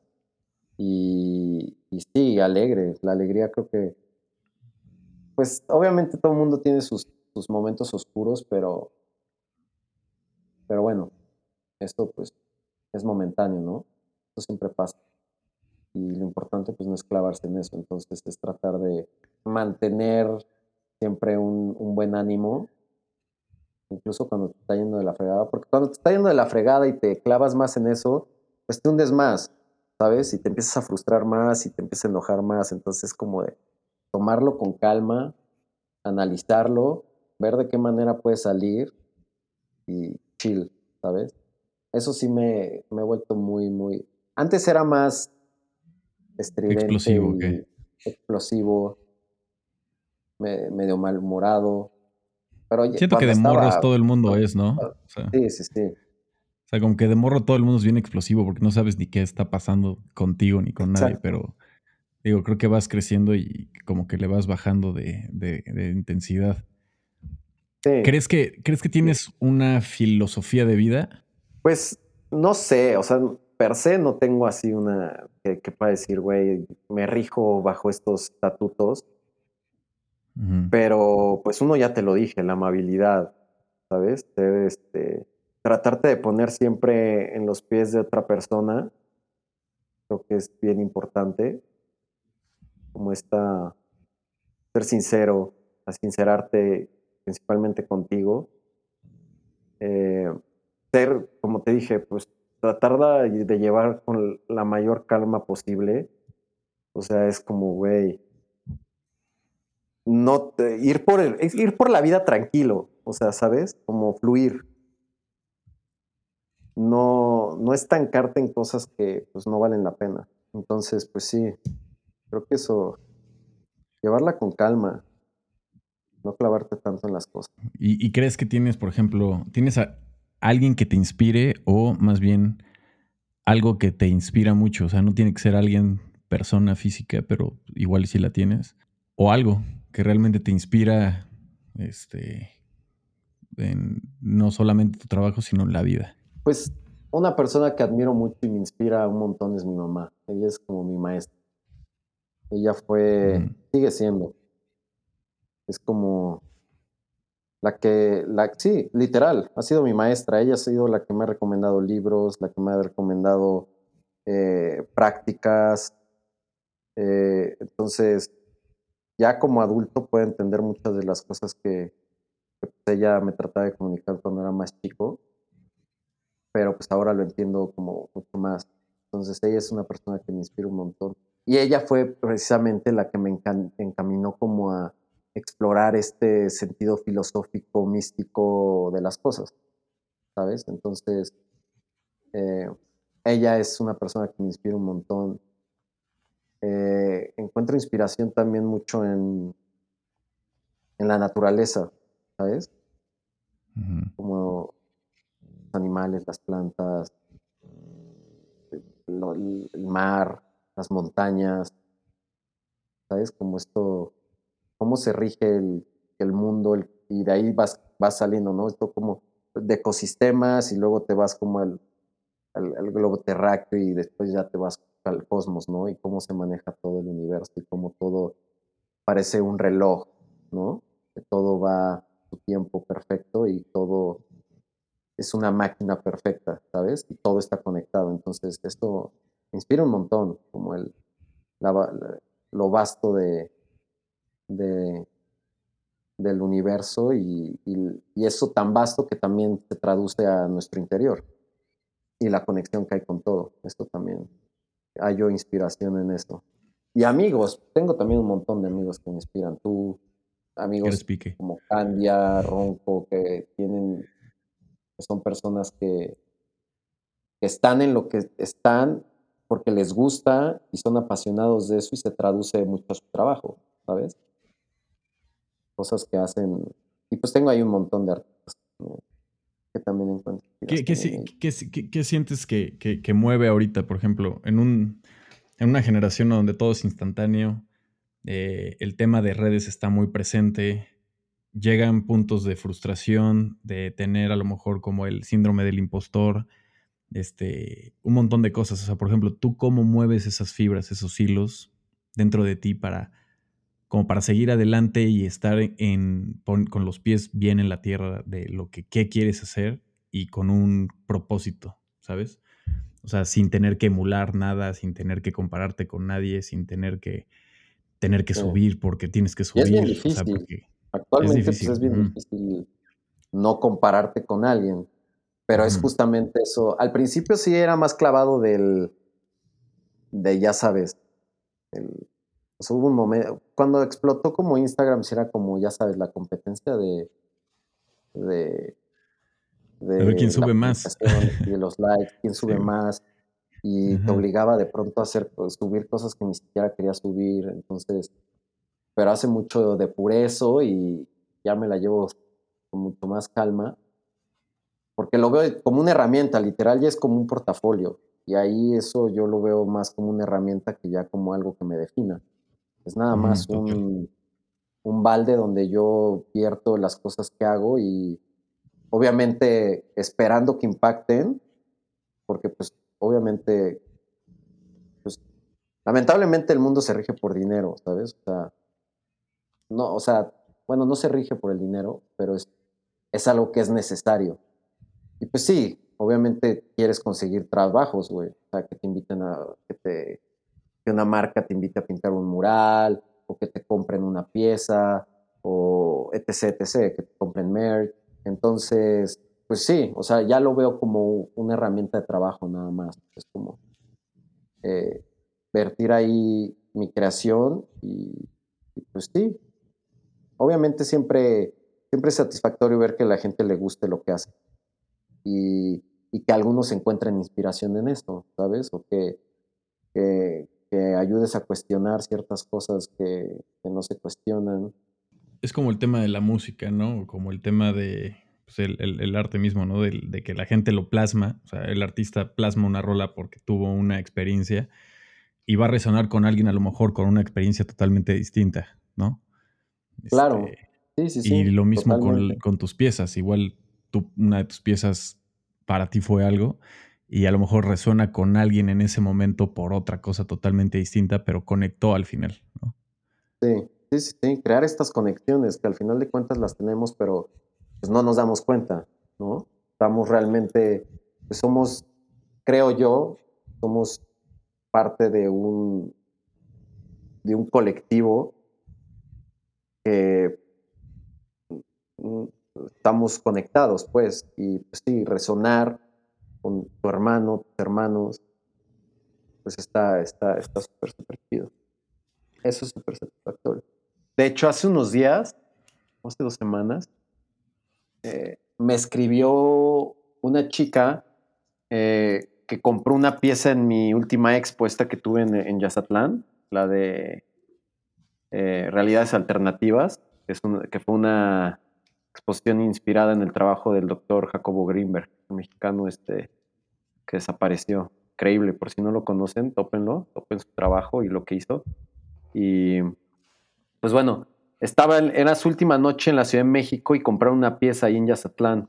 y, y sí, alegre. La alegría creo que, pues obviamente todo el mundo tiene sus, sus momentos oscuros, pero, pero bueno, esto pues es momentáneo, ¿no? Eso siempre pasa. Y lo importante pues no es clavarse en eso, entonces es tratar de mantener siempre un, un buen ánimo, incluso cuando te está yendo de la fregada, porque cuando te está yendo de la fregada y te clavas más en eso, pues te hundes más, ¿sabes? Y te empiezas a frustrar más y te empiezas a enojar más, entonces es como de tomarlo con calma, analizarlo, ver de qué manera puedes salir y chill, ¿sabes? Eso sí me, me he vuelto muy, muy... Antes era más estridente Explosivo, ¿o qué? y explosivo, me- medio malhumorado, pero ya- Siento que cuando de morros estaba... todo el mundo cuando- es, ¿no? O sea, sí, sí, sí, o sea, como que de morro todo el mundo es bien explosivo porque no sabes ni qué está pasando contigo ni con nadie, exacto. pero digo, creo que vas creciendo y como que le vas bajando de, de- de intensidad. Sí, ¿Crees que, ¿Crees que tienes una filosofía de vida? pues no sé, o sea, per se no tengo así una que, que pueda decir, güey, me rijo bajo estos estatutos, Ujú. pero pues uno ya te lo dije, la amabilidad, ¿sabes? Ser, este, tratarte de poner siempre en los pies de otra persona, creo que es bien importante, como esta, ser sincero, a sincerarte principalmente contigo, eh, ser, como te dije, pues tratar de, de llevar con la mayor calma posible, o sea, es como, güey, no te- ir por el, es ir por la vida tranquilo, o sea, ¿sabes? Como fluir, no, no estancarte en cosas que pues no valen la pena. Entonces, pues sí, creo que eso, llevarla con calma, no clavarte tanto en las cosas. ¿Y, y crees que tienes, por ejemplo, tienes a alguien que te inspire o más bien algo que te inspira mucho? O sea, no tiene que ser alguien, persona física, pero igual si la tienes. O algo que realmente te inspira, este, en no solamente tu trabajo, sino en la vida. Pues una persona que admiro mucho y me inspira un montón es mi mamá. Ella es como mi maestra. Ella fue, Ujú. sigue siendo, es como la que, la, sí, literal, ha sido mi maestra. Ella ha sido la que me ha recomendado libros, la que me ha recomendado eh, prácticas. Eh, entonces, ya como adulto puedo entender muchas de las cosas que, que, pues, ella me trataba de comunicar cuando era más chico, pero pues ahora lo entiendo como mucho más. Entonces, ella es una persona que me inspira un montón. Y ella fue precisamente la que me encan- encaminó como a explorar este sentido filosófico, místico de las cosas, ¿sabes? Entonces, eh, ella es una persona que me inspira un montón. Eh, encuentro inspiración también mucho en, en la naturaleza, ¿sabes? Ujú. Como los animales, las plantas, lo- el mar, las montañas. ¿sabes? Como esto, cómo se rige el, el mundo el, y de ahí vas, vas saliendo, ¿no? Esto como de ecosistemas y luego te vas como al, al, al globo terráqueo y después ya te vas al cosmos, ¿no? Y cómo se maneja todo el universo y cómo todo parece un reloj, ¿no? Que todo va a su tiempo perfecto y todo es una máquina perfecta, ¿sabes? Y todo está conectado. Entonces, esto me inspira un montón, como el, la, la, lo vasto de, de, del universo y, y, y eso tan vasto que también se traduce a nuestro interior y la conexión que hay con todo. Esto también, hallo inspiración en esto. Y amigos, tengo también un montón de amigos que me inspiran. Tú, Que les amigos pique. como Candia, Ronco, que tienen, que son personas que, que están en lo que están porque les gusta y son apasionados de eso y se traduce mucho a su trabajo, ¿sabes? Cosas que hacen. Y pues tengo ahí un montón de artistas que también encuentro ¿Qué, qué, inspiración en si- ellos. qué, qué- qué sientes que, que- que mueve ahorita, por ejemplo, en, un, en una generación donde todo es instantáneo, eh, el tema de redes está muy presente, llegan puntos de frustración, de tener a lo mejor como el síndrome del impostor, este, un montón de cosas. O sea, por ejemplo, ¿tú cómo mueves esas fibras, esos hilos dentro de ti para, como para seguir adelante y estar en, pon- con los pies bien en la tierra de lo que qué quieres hacer y con un propósito, ¿sabes? O sea, sin tener que emular nada, sin tener que compararte con nadie, sin tener que tener que Sí. subir porque tienes que Y es bien subir, o sea, difícil. porque es Actualmente pues es difícil. bien Ujú, difícil no compararte con alguien, pero es ujú. justamente eso. Al principio sí era más clavado del, de ya sabes, el, o sea, hubo un momento, cuando explotó como Instagram, sí era como, ya sabes, la competencia de, de, A ver quién de la sube más. publicación y de los likes, quién Sí, sube güey. más, y te Ajá. obligaba de pronto a hacer, pues, subir cosas que ni siquiera quería subir, entonces, pero hace mucho depuré eso y ya me la llevo con mucho más calma, porque lo veo como una herramienta, literal, ya es como un portafolio, y ahí eso yo lo veo más como una herramienta que ya como algo que me defina. Es nada Ujú, más total. un, un balde donde yo vierto las cosas que hago y obviamente esperando que impacten, porque pues obviamente, pues lamentablemente el mundo se rige por dinero, ¿sabes? O sea, no, o sea, bueno, no se rige por el dinero, pero es, es algo que es necesario. Y pues sí, obviamente quieres conseguir trabajos, güey. O sea, que te inviten a, que te, que una marca te invite a pintar un mural, o que te compren una pieza, o etc, etc, que te compren merch. Entonces, pues sí, o sea, ya lo veo como una herramienta de trabajo nada más. Es como eh, vertir ahí mi creación y, y pues sí, obviamente siempre, siempre es satisfactorio ver que a la gente le guste lo que hace y, y que algunos encuentren inspiración en esto, ¿sabes? O que, que, que ayudes a cuestionar ciertas cosas que, que no se cuestionan. Es como el tema de la música, ¿no? Como el tema de pues, el, el- el arte mismo, ¿no? Del- De, que la gente lo plasma, o sea, el artista plasma una rola porque tuvo una experiencia y va a resonar con alguien a lo mejor con una experiencia totalmente distinta, ¿no? Claro, Este, sí, sí, y sí, lo mismo con, totalmente. con tus piezas, igual tú, una de tus piezas para ti fue algo y a lo mejor resuena con alguien en ese momento por otra cosa totalmente distinta, pero conectó al final, ¿no? Sí, sí, sí, sí, crear estas conexiones que al final de cuentas las tenemos, pero pues no nos damos cuenta, ¿no? Estamos realmente, pues somos, creo yo, somos parte de un, de un colectivo que mm, estamos conectados, pues, y pues sí, resonar con tu hermano, tus hermanos, pues está, está, está súper, súper chido. Eso es súper satisfactorio. De hecho, hace unos días, hace dos semanas, eh, me escribió una chica eh, que compró una pieza en mi última expuesta que tuve en, en Yazatlán, la de eh, Realidades Alternativas, que, es un, que fue una exposición inspirada en el trabajo del doctor Jacobo Greenberg, un mexicano este, que desapareció. Increíble, por si no lo conocen, tópenlo, topen su trabajo y lo que hizo. Y pues bueno, estaba en, era su última noche en la Ciudad de México y compraron una pieza ahí en Yazatlán.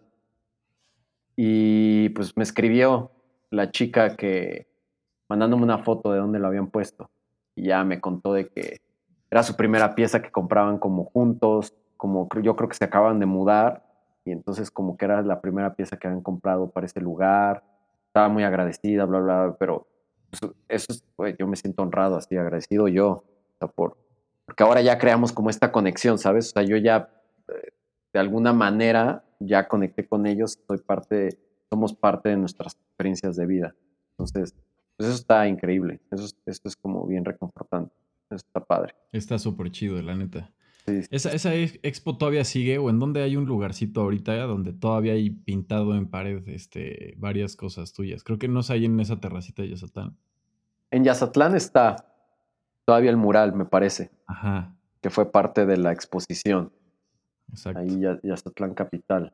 Y pues me escribió la chica que mandándome una foto de dónde lo habían puesto. Y ya me contó de que era su primera pieza que compraban como juntos, como yo creo que se acaban de mudar y entonces como que era la primera pieza que habían comprado para ese lugar. Estaba muy agradecida, bla, bla, bla, pero pues, eso es, pues, yo me siento honrado, así agradecido yo, o sea, por, porque ahora ya creamos como esta conexión, ¿sabes? O sea, yo ya eh, de alguna manera ya conecté con ellos, soy parte, somos parte de nuestras experiencias de vida. Entonces, pues eso está increíble, eso, es- eso es como bien reconfortante, eso está padre. Está súper chido, la neta. Sí, sí, ¿Esa, sí. esa ex- expo todavía sigue o en dónde hay un lugarcito ahorita donde todavía hay pintado en pared este, varias cosas tuyas? Creo que no sé ahí en esa terracita de Yazatán. En Yazatlán está todavía el mural, me parece, Ajá, que fue parte de la exposición, exacto. ahí Ya- Yazatlán Capital.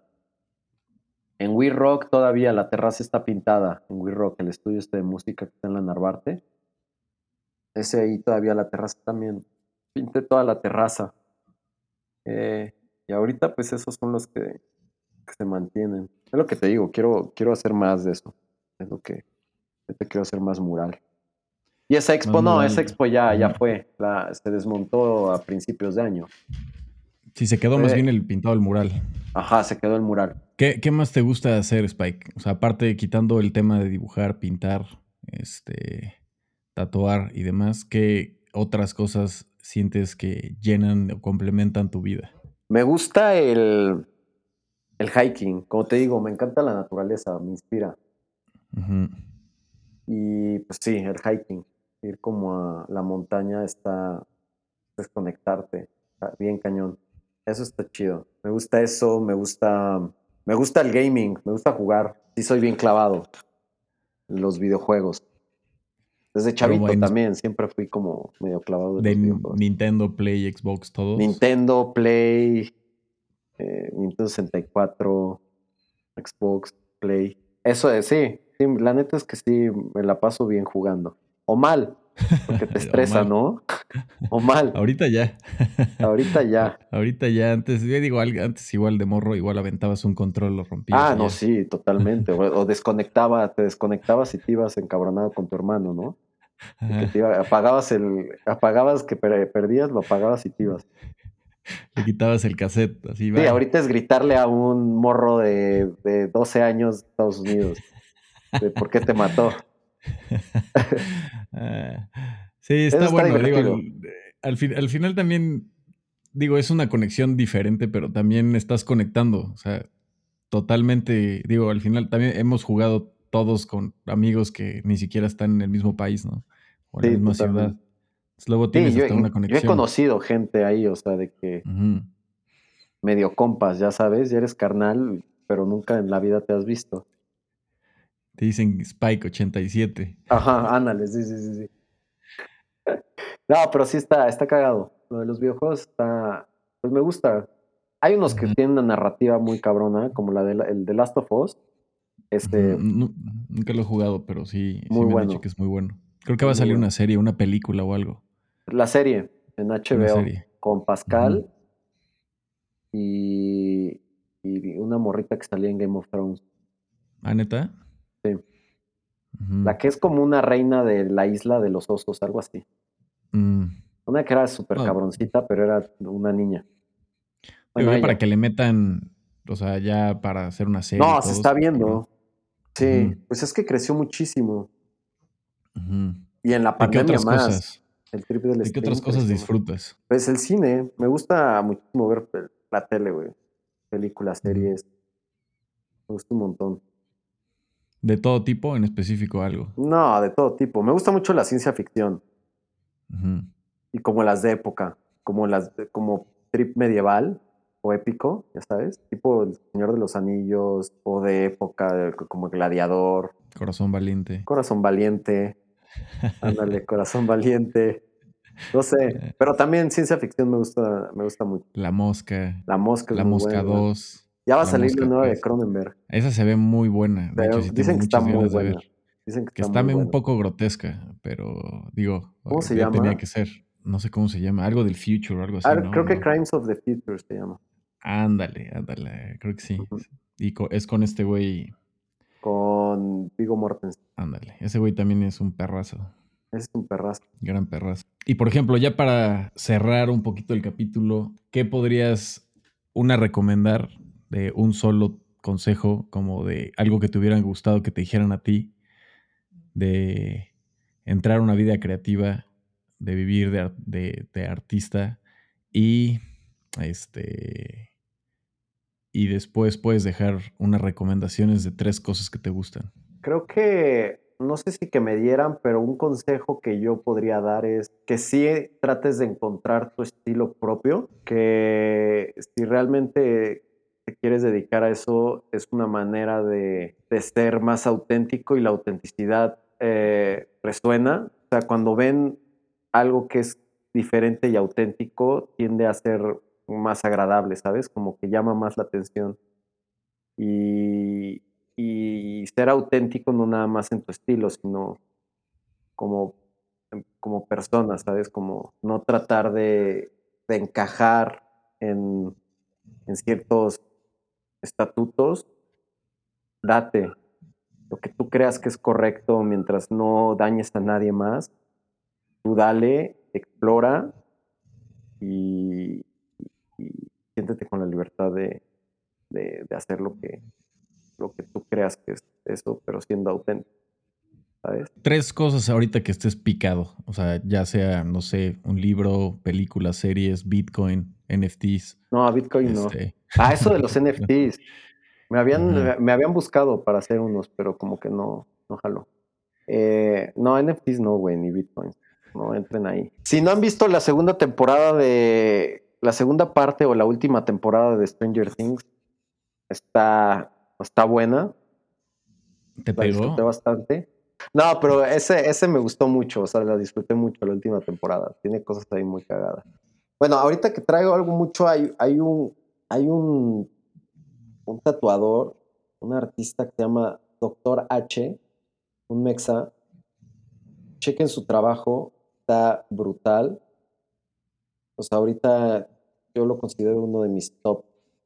En We Rock todavía la terraza está pintada, en We Rock, el estudio este de música que está en la Narvarte. Ese ahí todavía la terraza también. Pinté toda la terraza. Eh, y ahorita pues esos son los que, que se mantienen. Es lo que te digo, quiero, quiero hacer más de eso. Es lo que ahorita quiero hacer más mural. Y esa Más expo no, esa mural. expo ya, ya Ujú. fue. La, se desmontó a principios de año. Sí, se quedó más Fue, bien el pintado del mural. ajá, se quedó el mural. ¿Qué, qué más te gusta hacer, Spike? O sea, aparte de quitando el tema de dibujar, pintar, este, tatuar y demás, ¿qué otras cosas sientes que llenan o complementan tu vida? Me gusta el, el hiking. Como te digo, me encanta la naturaleza, me inspira. Ujú. Y pues sí, el hiking. Ir como a la montaña está desconectarte. Está bien cañón. Eso está chido. Me gusta eso, me gusta, me gusta el gaming, me gusta jugar. Sí, soy bien clavado en los videojuegos. Desde Pero chavito en, también, siempre fui como medio clavado de de los videojuegos. Nintendo, Play, Xbox, todos. Nintendo, Play, eh, Nintendo sesenta y cuatro, Xbox, Play. Eso es, sí, sí, la neta es que sí, me la paso bien jugando. O mal, porque te O estresa, mal. ¿no? O mal. Ahorita ya. Ahorita ya. Ahorita ya, antes, yo digo, al- antes igual de morro, igual aventabas un control, lo rompías Ah, y no, ya. sí, totalmente. O, o desconectaba, te desconectabas y te ibas encabronado con tu hermano, ¿no? Y que te Ajá. iba, apagabas el, apagabas que per- perdías, lo apagabas y te ibas. Le quitabas el cassette, así, Sí, bye. ahorita es gritarle a un morro de, de doce años de Estados Unidos de por qué te mató. Ah, sí, Eso está está bueno. Digo, al, divertido. al, fin- al final también, digo, es una conexión diferente, pero también estás conectando. O sea, totalmente, digo, al final también hemos jugado todos con amigos que ni siquiera están en el mismo país, ¿no? O en la Sí, misma ciudad. totalmente. Entonces, luego Sí, tienes yo, hasta una yo he conexión. conocido gente ahí, o sea, de que Ujú. medio compas, ya sabes, ya eres carnal, pero nunca en la vida te has visto. Te dicen Spike ochenta y siete. Ajá, ándale, sí, sí, sí, sí. No, pero sí está, está cagado. Lo de los videojuegos está, pues me gusta. Hay unos que Ajá. tienen una narrativa muy cabrona, como la de la- el de Last of Us. Ujú. Este, Nu- Nunca lo he jugado, pero sí, sí muy me han dicho que bueno, es muy bueno. Creo que es va a muy salir bueno. una serie, una película o algo. La serie en Una H B O serie. con Ujú. Pascal y, y una morrita que salía en Game of Thrones. ¿Ah, neta? Sí. Ujú. La que es como una reina de la isla de los osos, algo así. Mm. Una que era súper No, cabroncita, pero era una niña. digo, Bueno, ya para ella. que le metan, o sea, ya para hacer una serie y No, se todo, está está cabrón. viendo. Sí, Ujú. pues es que creció muchísimo. Ujú. Y en la ¿De qué pandemia otras más. cosas? El trip del ¿De qué stream otras cosas creció más. disfrutas? Pues el cine. Me gusta muchísimo ver pe- la tele, güey. Películas, Ujú. series. Me gusta un montón. ¿De todo tipo, en específico algo? No, de todo tipo. Me gusta mucho la ciencia ficción. Ujú. Y como las de época. Como las de- como trip medieval o épico, ya sabes. Tipo El Señor de los Anillos. O de época, de- como Gladiador. Corazón valiente. Corazón Valiente. Ándale, Corazón Valiente. No sé. Eh, Pero también ciencia ficción me gusta, me gusta mucho. La Mosca. La Mosca es La muy Mosca buena. dos. Ya va a La salir la Mosca nueva de tres. Cronenberg. Esa se ve muy buena. De hecho, Pero sí tengo dicen que está muchas muy ganas de ver. buena. Dicen que Que está está muy un buena. poco grotesca, pero digo, ¿Cómo se ya tenía llama? que ser. no sé cómo se llama, algo del Future o algo así, Ah, ¿no? creo que No. Crimes of the Future se llama. Ándale, ándale, creo que sí. Ujú. Y co- es con este güey, Con Viggo Mortensen. ándale. Ese güey también es un perrazo, Ese es un perrazo. gran perrazo. Y por ejemplo, ya para cerrar un poquito el capítulo, ¿qué podrías una recomendar de un solo consejo, como de algo que te hubieran gustado que te dijeran a ti, de entrar a una vida creativa, de vivir de, ar- de- de artista y este y después puedes dejar unas recomendaciones de tres cosas que te gustan? Creo que, no sé si que me dieran, pero un consejo que yo podría dar es que sí trates de encontrar tu estilo propio, que si realmente te quieres dedicar a eso, es una manera de, de ser más auténtico y la autenticidad eh, resuena. O sea, cuando ven algo que es diferente y auténtico, tiende a ser más agradable, ¿sabes? Como que llama más la atención. Y, y ser auténtico no nada más en tu estilo, sino como, como persona, ¿sabes? Como no tratar de, de encajar en, en ciertos estatutos. Date lo que tú creas que es correcto mientras no dañes a nadie más. Tú dale, explora y, y siéntete con la libertad de, de, de hacer lo que, lo que tú creas que es eso, pero siendo auténtico, ¿sabes? Tres cosas ahorita que estés picado, o sea, ya sea, no sé, un libro, películas, series, Bitcoin, N F Ts, No, a Bitcoin no. este. Ah, eso de los N F Ts. Me habían, Ajá. me habían buscado para hacer unos, pero como que no, no jaló. Eh, no, N F Ts no, güey, ni Bitcoin. No entren ahí. Si no han visto la segunda temporada de. La segunda parte o la última temporada de Stranger Things, está, está buena. ¿Te La disfruté pegó? bastante. No, pero ese, ese me gustó mucho. O sea, la disfruté mucho la última temporada. Tiene cosas ahí muy cagadas. Bueno, ahorita que traigo algo mucho, hay, hay un. Hay un un tatuador, un artista que se llama Doctor H, un mexa. Chequen su trabajo, está brutal. O sea, ahorita yo lo considero uno de mis top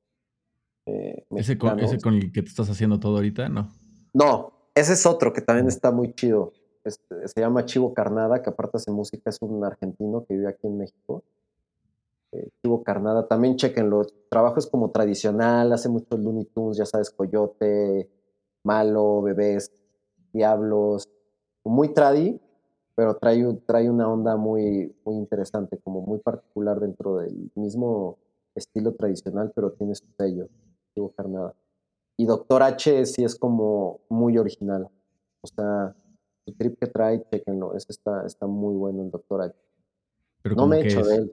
eh, ¿Ese con, ese mexicanos. con el que te estás haciendo todo ahorita? No. No, ese es otro que también No. está muy chido. Este, se llama Chivo Carnada, que aparte hace música, es un argentino que vive aquí en México. Eh, Chivo Carnada, también chequenlo. Su trabajo es como tradicional, hace muchos Looney Tunes, ya sabes, Coyote, Malo, Bebés, Diablos, muy tradi, pero trae, trae una onda muy, muy interesante, como muy particular dentro del mismo estilo tradicional, pero tiene su sello, Chivo Carnada. Y Doctor H sí es como muy original. O sea, su trip que trae, chequenlo, ese está, está muy bueno el Doctor H. Pero No me como he que hecho de es, él.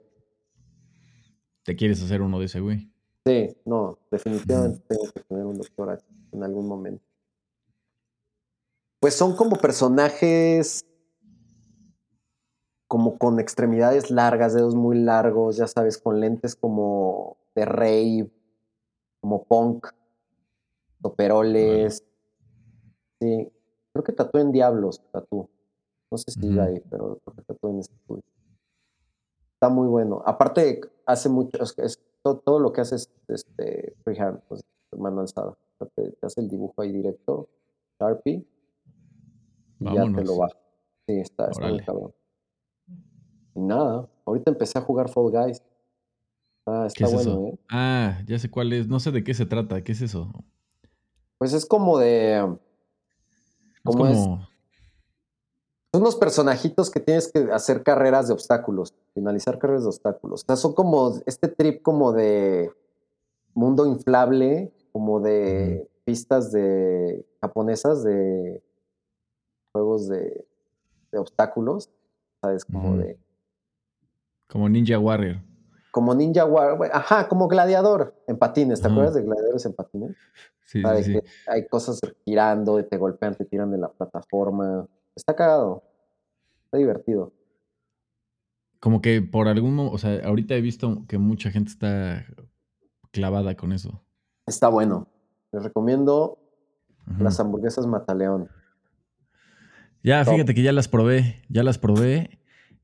te quieres hacer uno de ese güey. Sí, no, definitivamente Ujú. tengo que tener un Doctor H en algún momento. Pues son como personajes como con extremidades largas, dedos muy largos, ya sabes, con lentes como de rave, como punk, Órale. toperoles. Sí, creo que tatuó en Diablos, tatuó. No sé si iba Ujú. ahí, pero creo que tatuó en ese estudio. Está muy bueno. Aparte, hace mucho, es, es- todo, todo lo que hace es este, freehand, pues, mano alzada. O sea, te, te hace el dibujo ahí directo, Sharpie, y ya te lo Vámonos. baja. Sí, está, está muy Órale. cabrón. Y nada, ahorita empecé a jugar Fall Guys. Está, ¿Qué está es bueno, eso? ¿eh? Ah, ya sé cuál es. No sé de qué se trata. ¿Qué es eso? Pues es como de, Es como es, como. son unos personajitos que tienes que hacer carreras de obstáculos, finalizar carreras de obstáculos. O sea, son como este trip como de mundo inflable, como Ujú, de pistas de japonesas de juegos de, de obstáculos, ¿sabes? Como ujú. de, Como Ninja Warrior. como Ninja War, ajá, como Gladiador en patines. ¿Te Ajá. acuerdas de Gladiadores en patines? Sí, O sea, sí, de que sí. hay cosas girando, te golpean, te tiran de la plataforma. Está cagado, está divertido. Como que por algún mo- o sea, ahorita he visto que mucha gente está clavada con eso. Está bueno. Les recomiendo Ujú. las hamburguesas Mataleón. Ya, Top. fíjate que ya las probé, ya las probé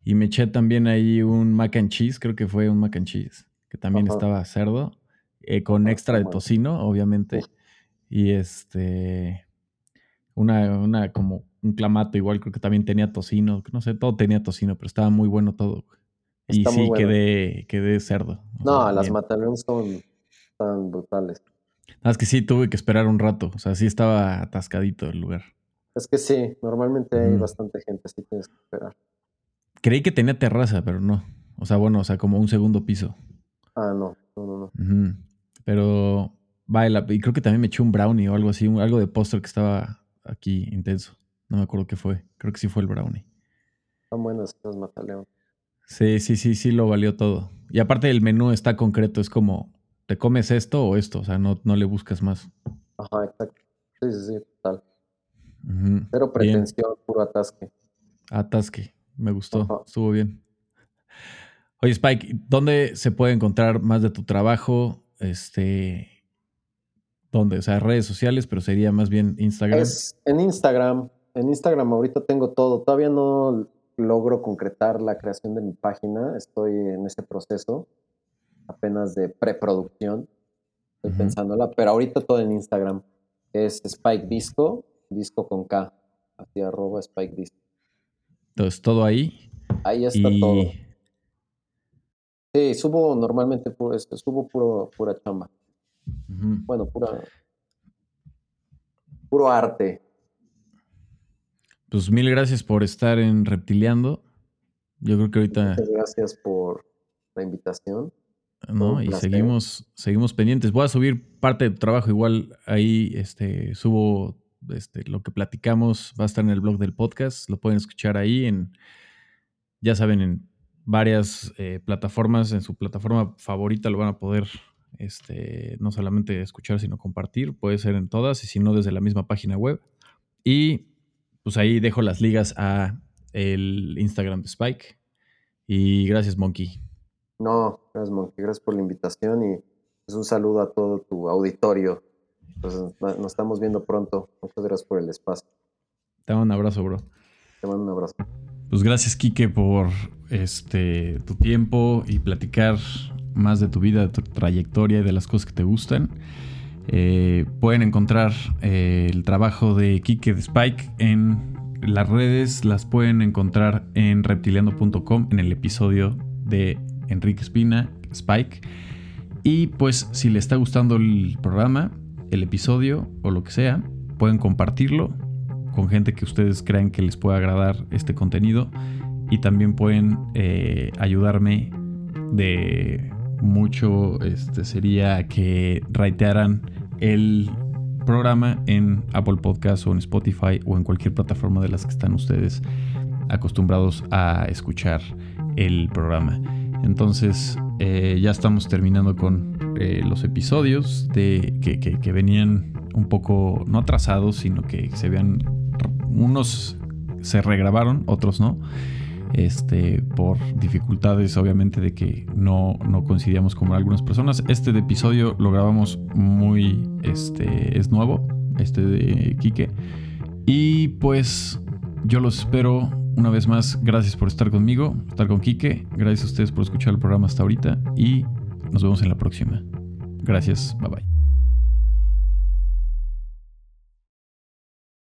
Y me eché también ahí un mac and cheese, creo que fue un mac and cheese, que también Ajá. estaba cerdo, eh, con Ah, extra está de bueno. tocino, obviamente. Uf, Y este, una, una como un clamato igual, creo que también tenía tocino, no sé, todo tenía tocino, pero estaba muy bueno todo. Y está muy sí, bueno. quedé, quedé cerdo, o sea, No, las bien. Mataleón son tan brutales. Nada más que sí, tuve que esperar un rato, o sea, sí estaba atascadito el lugar. Es que sí, normalmente hay Ujú. bastante gente, sí tienes que esperar. Creí que tenía terraza, pero no. O sea, bueno, o sea, como un segundo piso. Ah, no, no, no, no. Ujú. Pero, baila, y creo que también me eché un brownie o algo así, un- algo de postre que estaba aquí intenso. No me acuerdo qué fue. Creo que sí fue el brownie. Están buenas esas Mataleón. Sí, sí, sí, sí, lo valió todo. Y aparte el menú está concreto, es como, ¿te comes esto o esto? O sea, no, no le buscas más. Ajá, exacto. Sí, sí, sí, total. Ujú. Cero Bien, pretensión, puro atasque. atasque, me gustó, Ajá. estuvo bien. Oye, Spike, ¿dónde se puede encontrar más de tu trabajo? Este, ¿dónde? O sea, redes sociales, pero sería más bien Instagram. Es en Instagram. En Instagram ahorita tengo todo. Todavía no logro concretar la creación de mi página. Estoy en ese proceso, apenas de preproducción. Estoy Ujú. pensándola, pero ahorita todo en Instagram. Es Spike Disco, disco con K, así arroba Spike Disco. Entonces, todo ahí. Ahí está todo. Y Sí, subo normalmente puro, esto, subo puro, pura chamba. ujú, Bueno, pura, puro arte. pues mil gracias por estar en Reptiliando. Yo creo que Muchas ahorita, gracias por la invitación. Fue ¿no? un Y placer. seguimos, seguimos pendientes. Voy a subir parte de tu trabajo, igual ahí este, subo este, lo que platicamos, va a estar en el blog del podcast, lo pueden escuchar ahí en, ya saben, en varias eh, plataformas, en su plataforma favorita lo van a poder este, no solamente escuchar, sino compartir. Puede ser en todas y si no, desde la misma página web. Y pues ahí dejo las ligas a el Instagram de Spike. Y gracias, Monkey. No, gracias, Monkey. Gracias por la invitación y pues, un saludo a todo tu auditorio. Pues nos nos estamos viendo pronto. Muchas gracias por el espacio. Te mando un abrazo, bro. Te mando un abrazo. Pues gracias, Quique, por este tu tiempo y platicar más de tu vida, de tu trayectoria y de las cosas que te gustan. Eh, pueden encontrar eh, el trabajo de Quique de Spike en las redes, las pueden encontrar en reptiliando punto com en el episodio de Enrique Espina, Spike. Y pues si les está gustando el programa, el episodio o lo que sea, pueden compartirlo con gente que ustedes crean que les pueda agradar este contenido. Y también pueden eh, ayudarme de mucho, este, sería que ratearan el programa en Apple Podcasts o en Spotify o en cualquier plataforma de las que están ustedes acostumbrados a escuchar el programa. Entonces eh, ya estamos terminando con eh, los episodios de, que, que, que venían un poco no atrasados, sino que se vean, unos se regrabaron, otros no. Este, por dificultades obviamente de que no, no coincidíamos con algunas personas. Este de episodio lo grabamos muy, este, es nuevo, este de Quique. Y pues yo los espero una vez más. Gracias por estar conmigo, estar con Quique. Gracias a ustedes por escuchar el programa hasta ahorita y nos vemos en la próxima. Gracias, bye bye.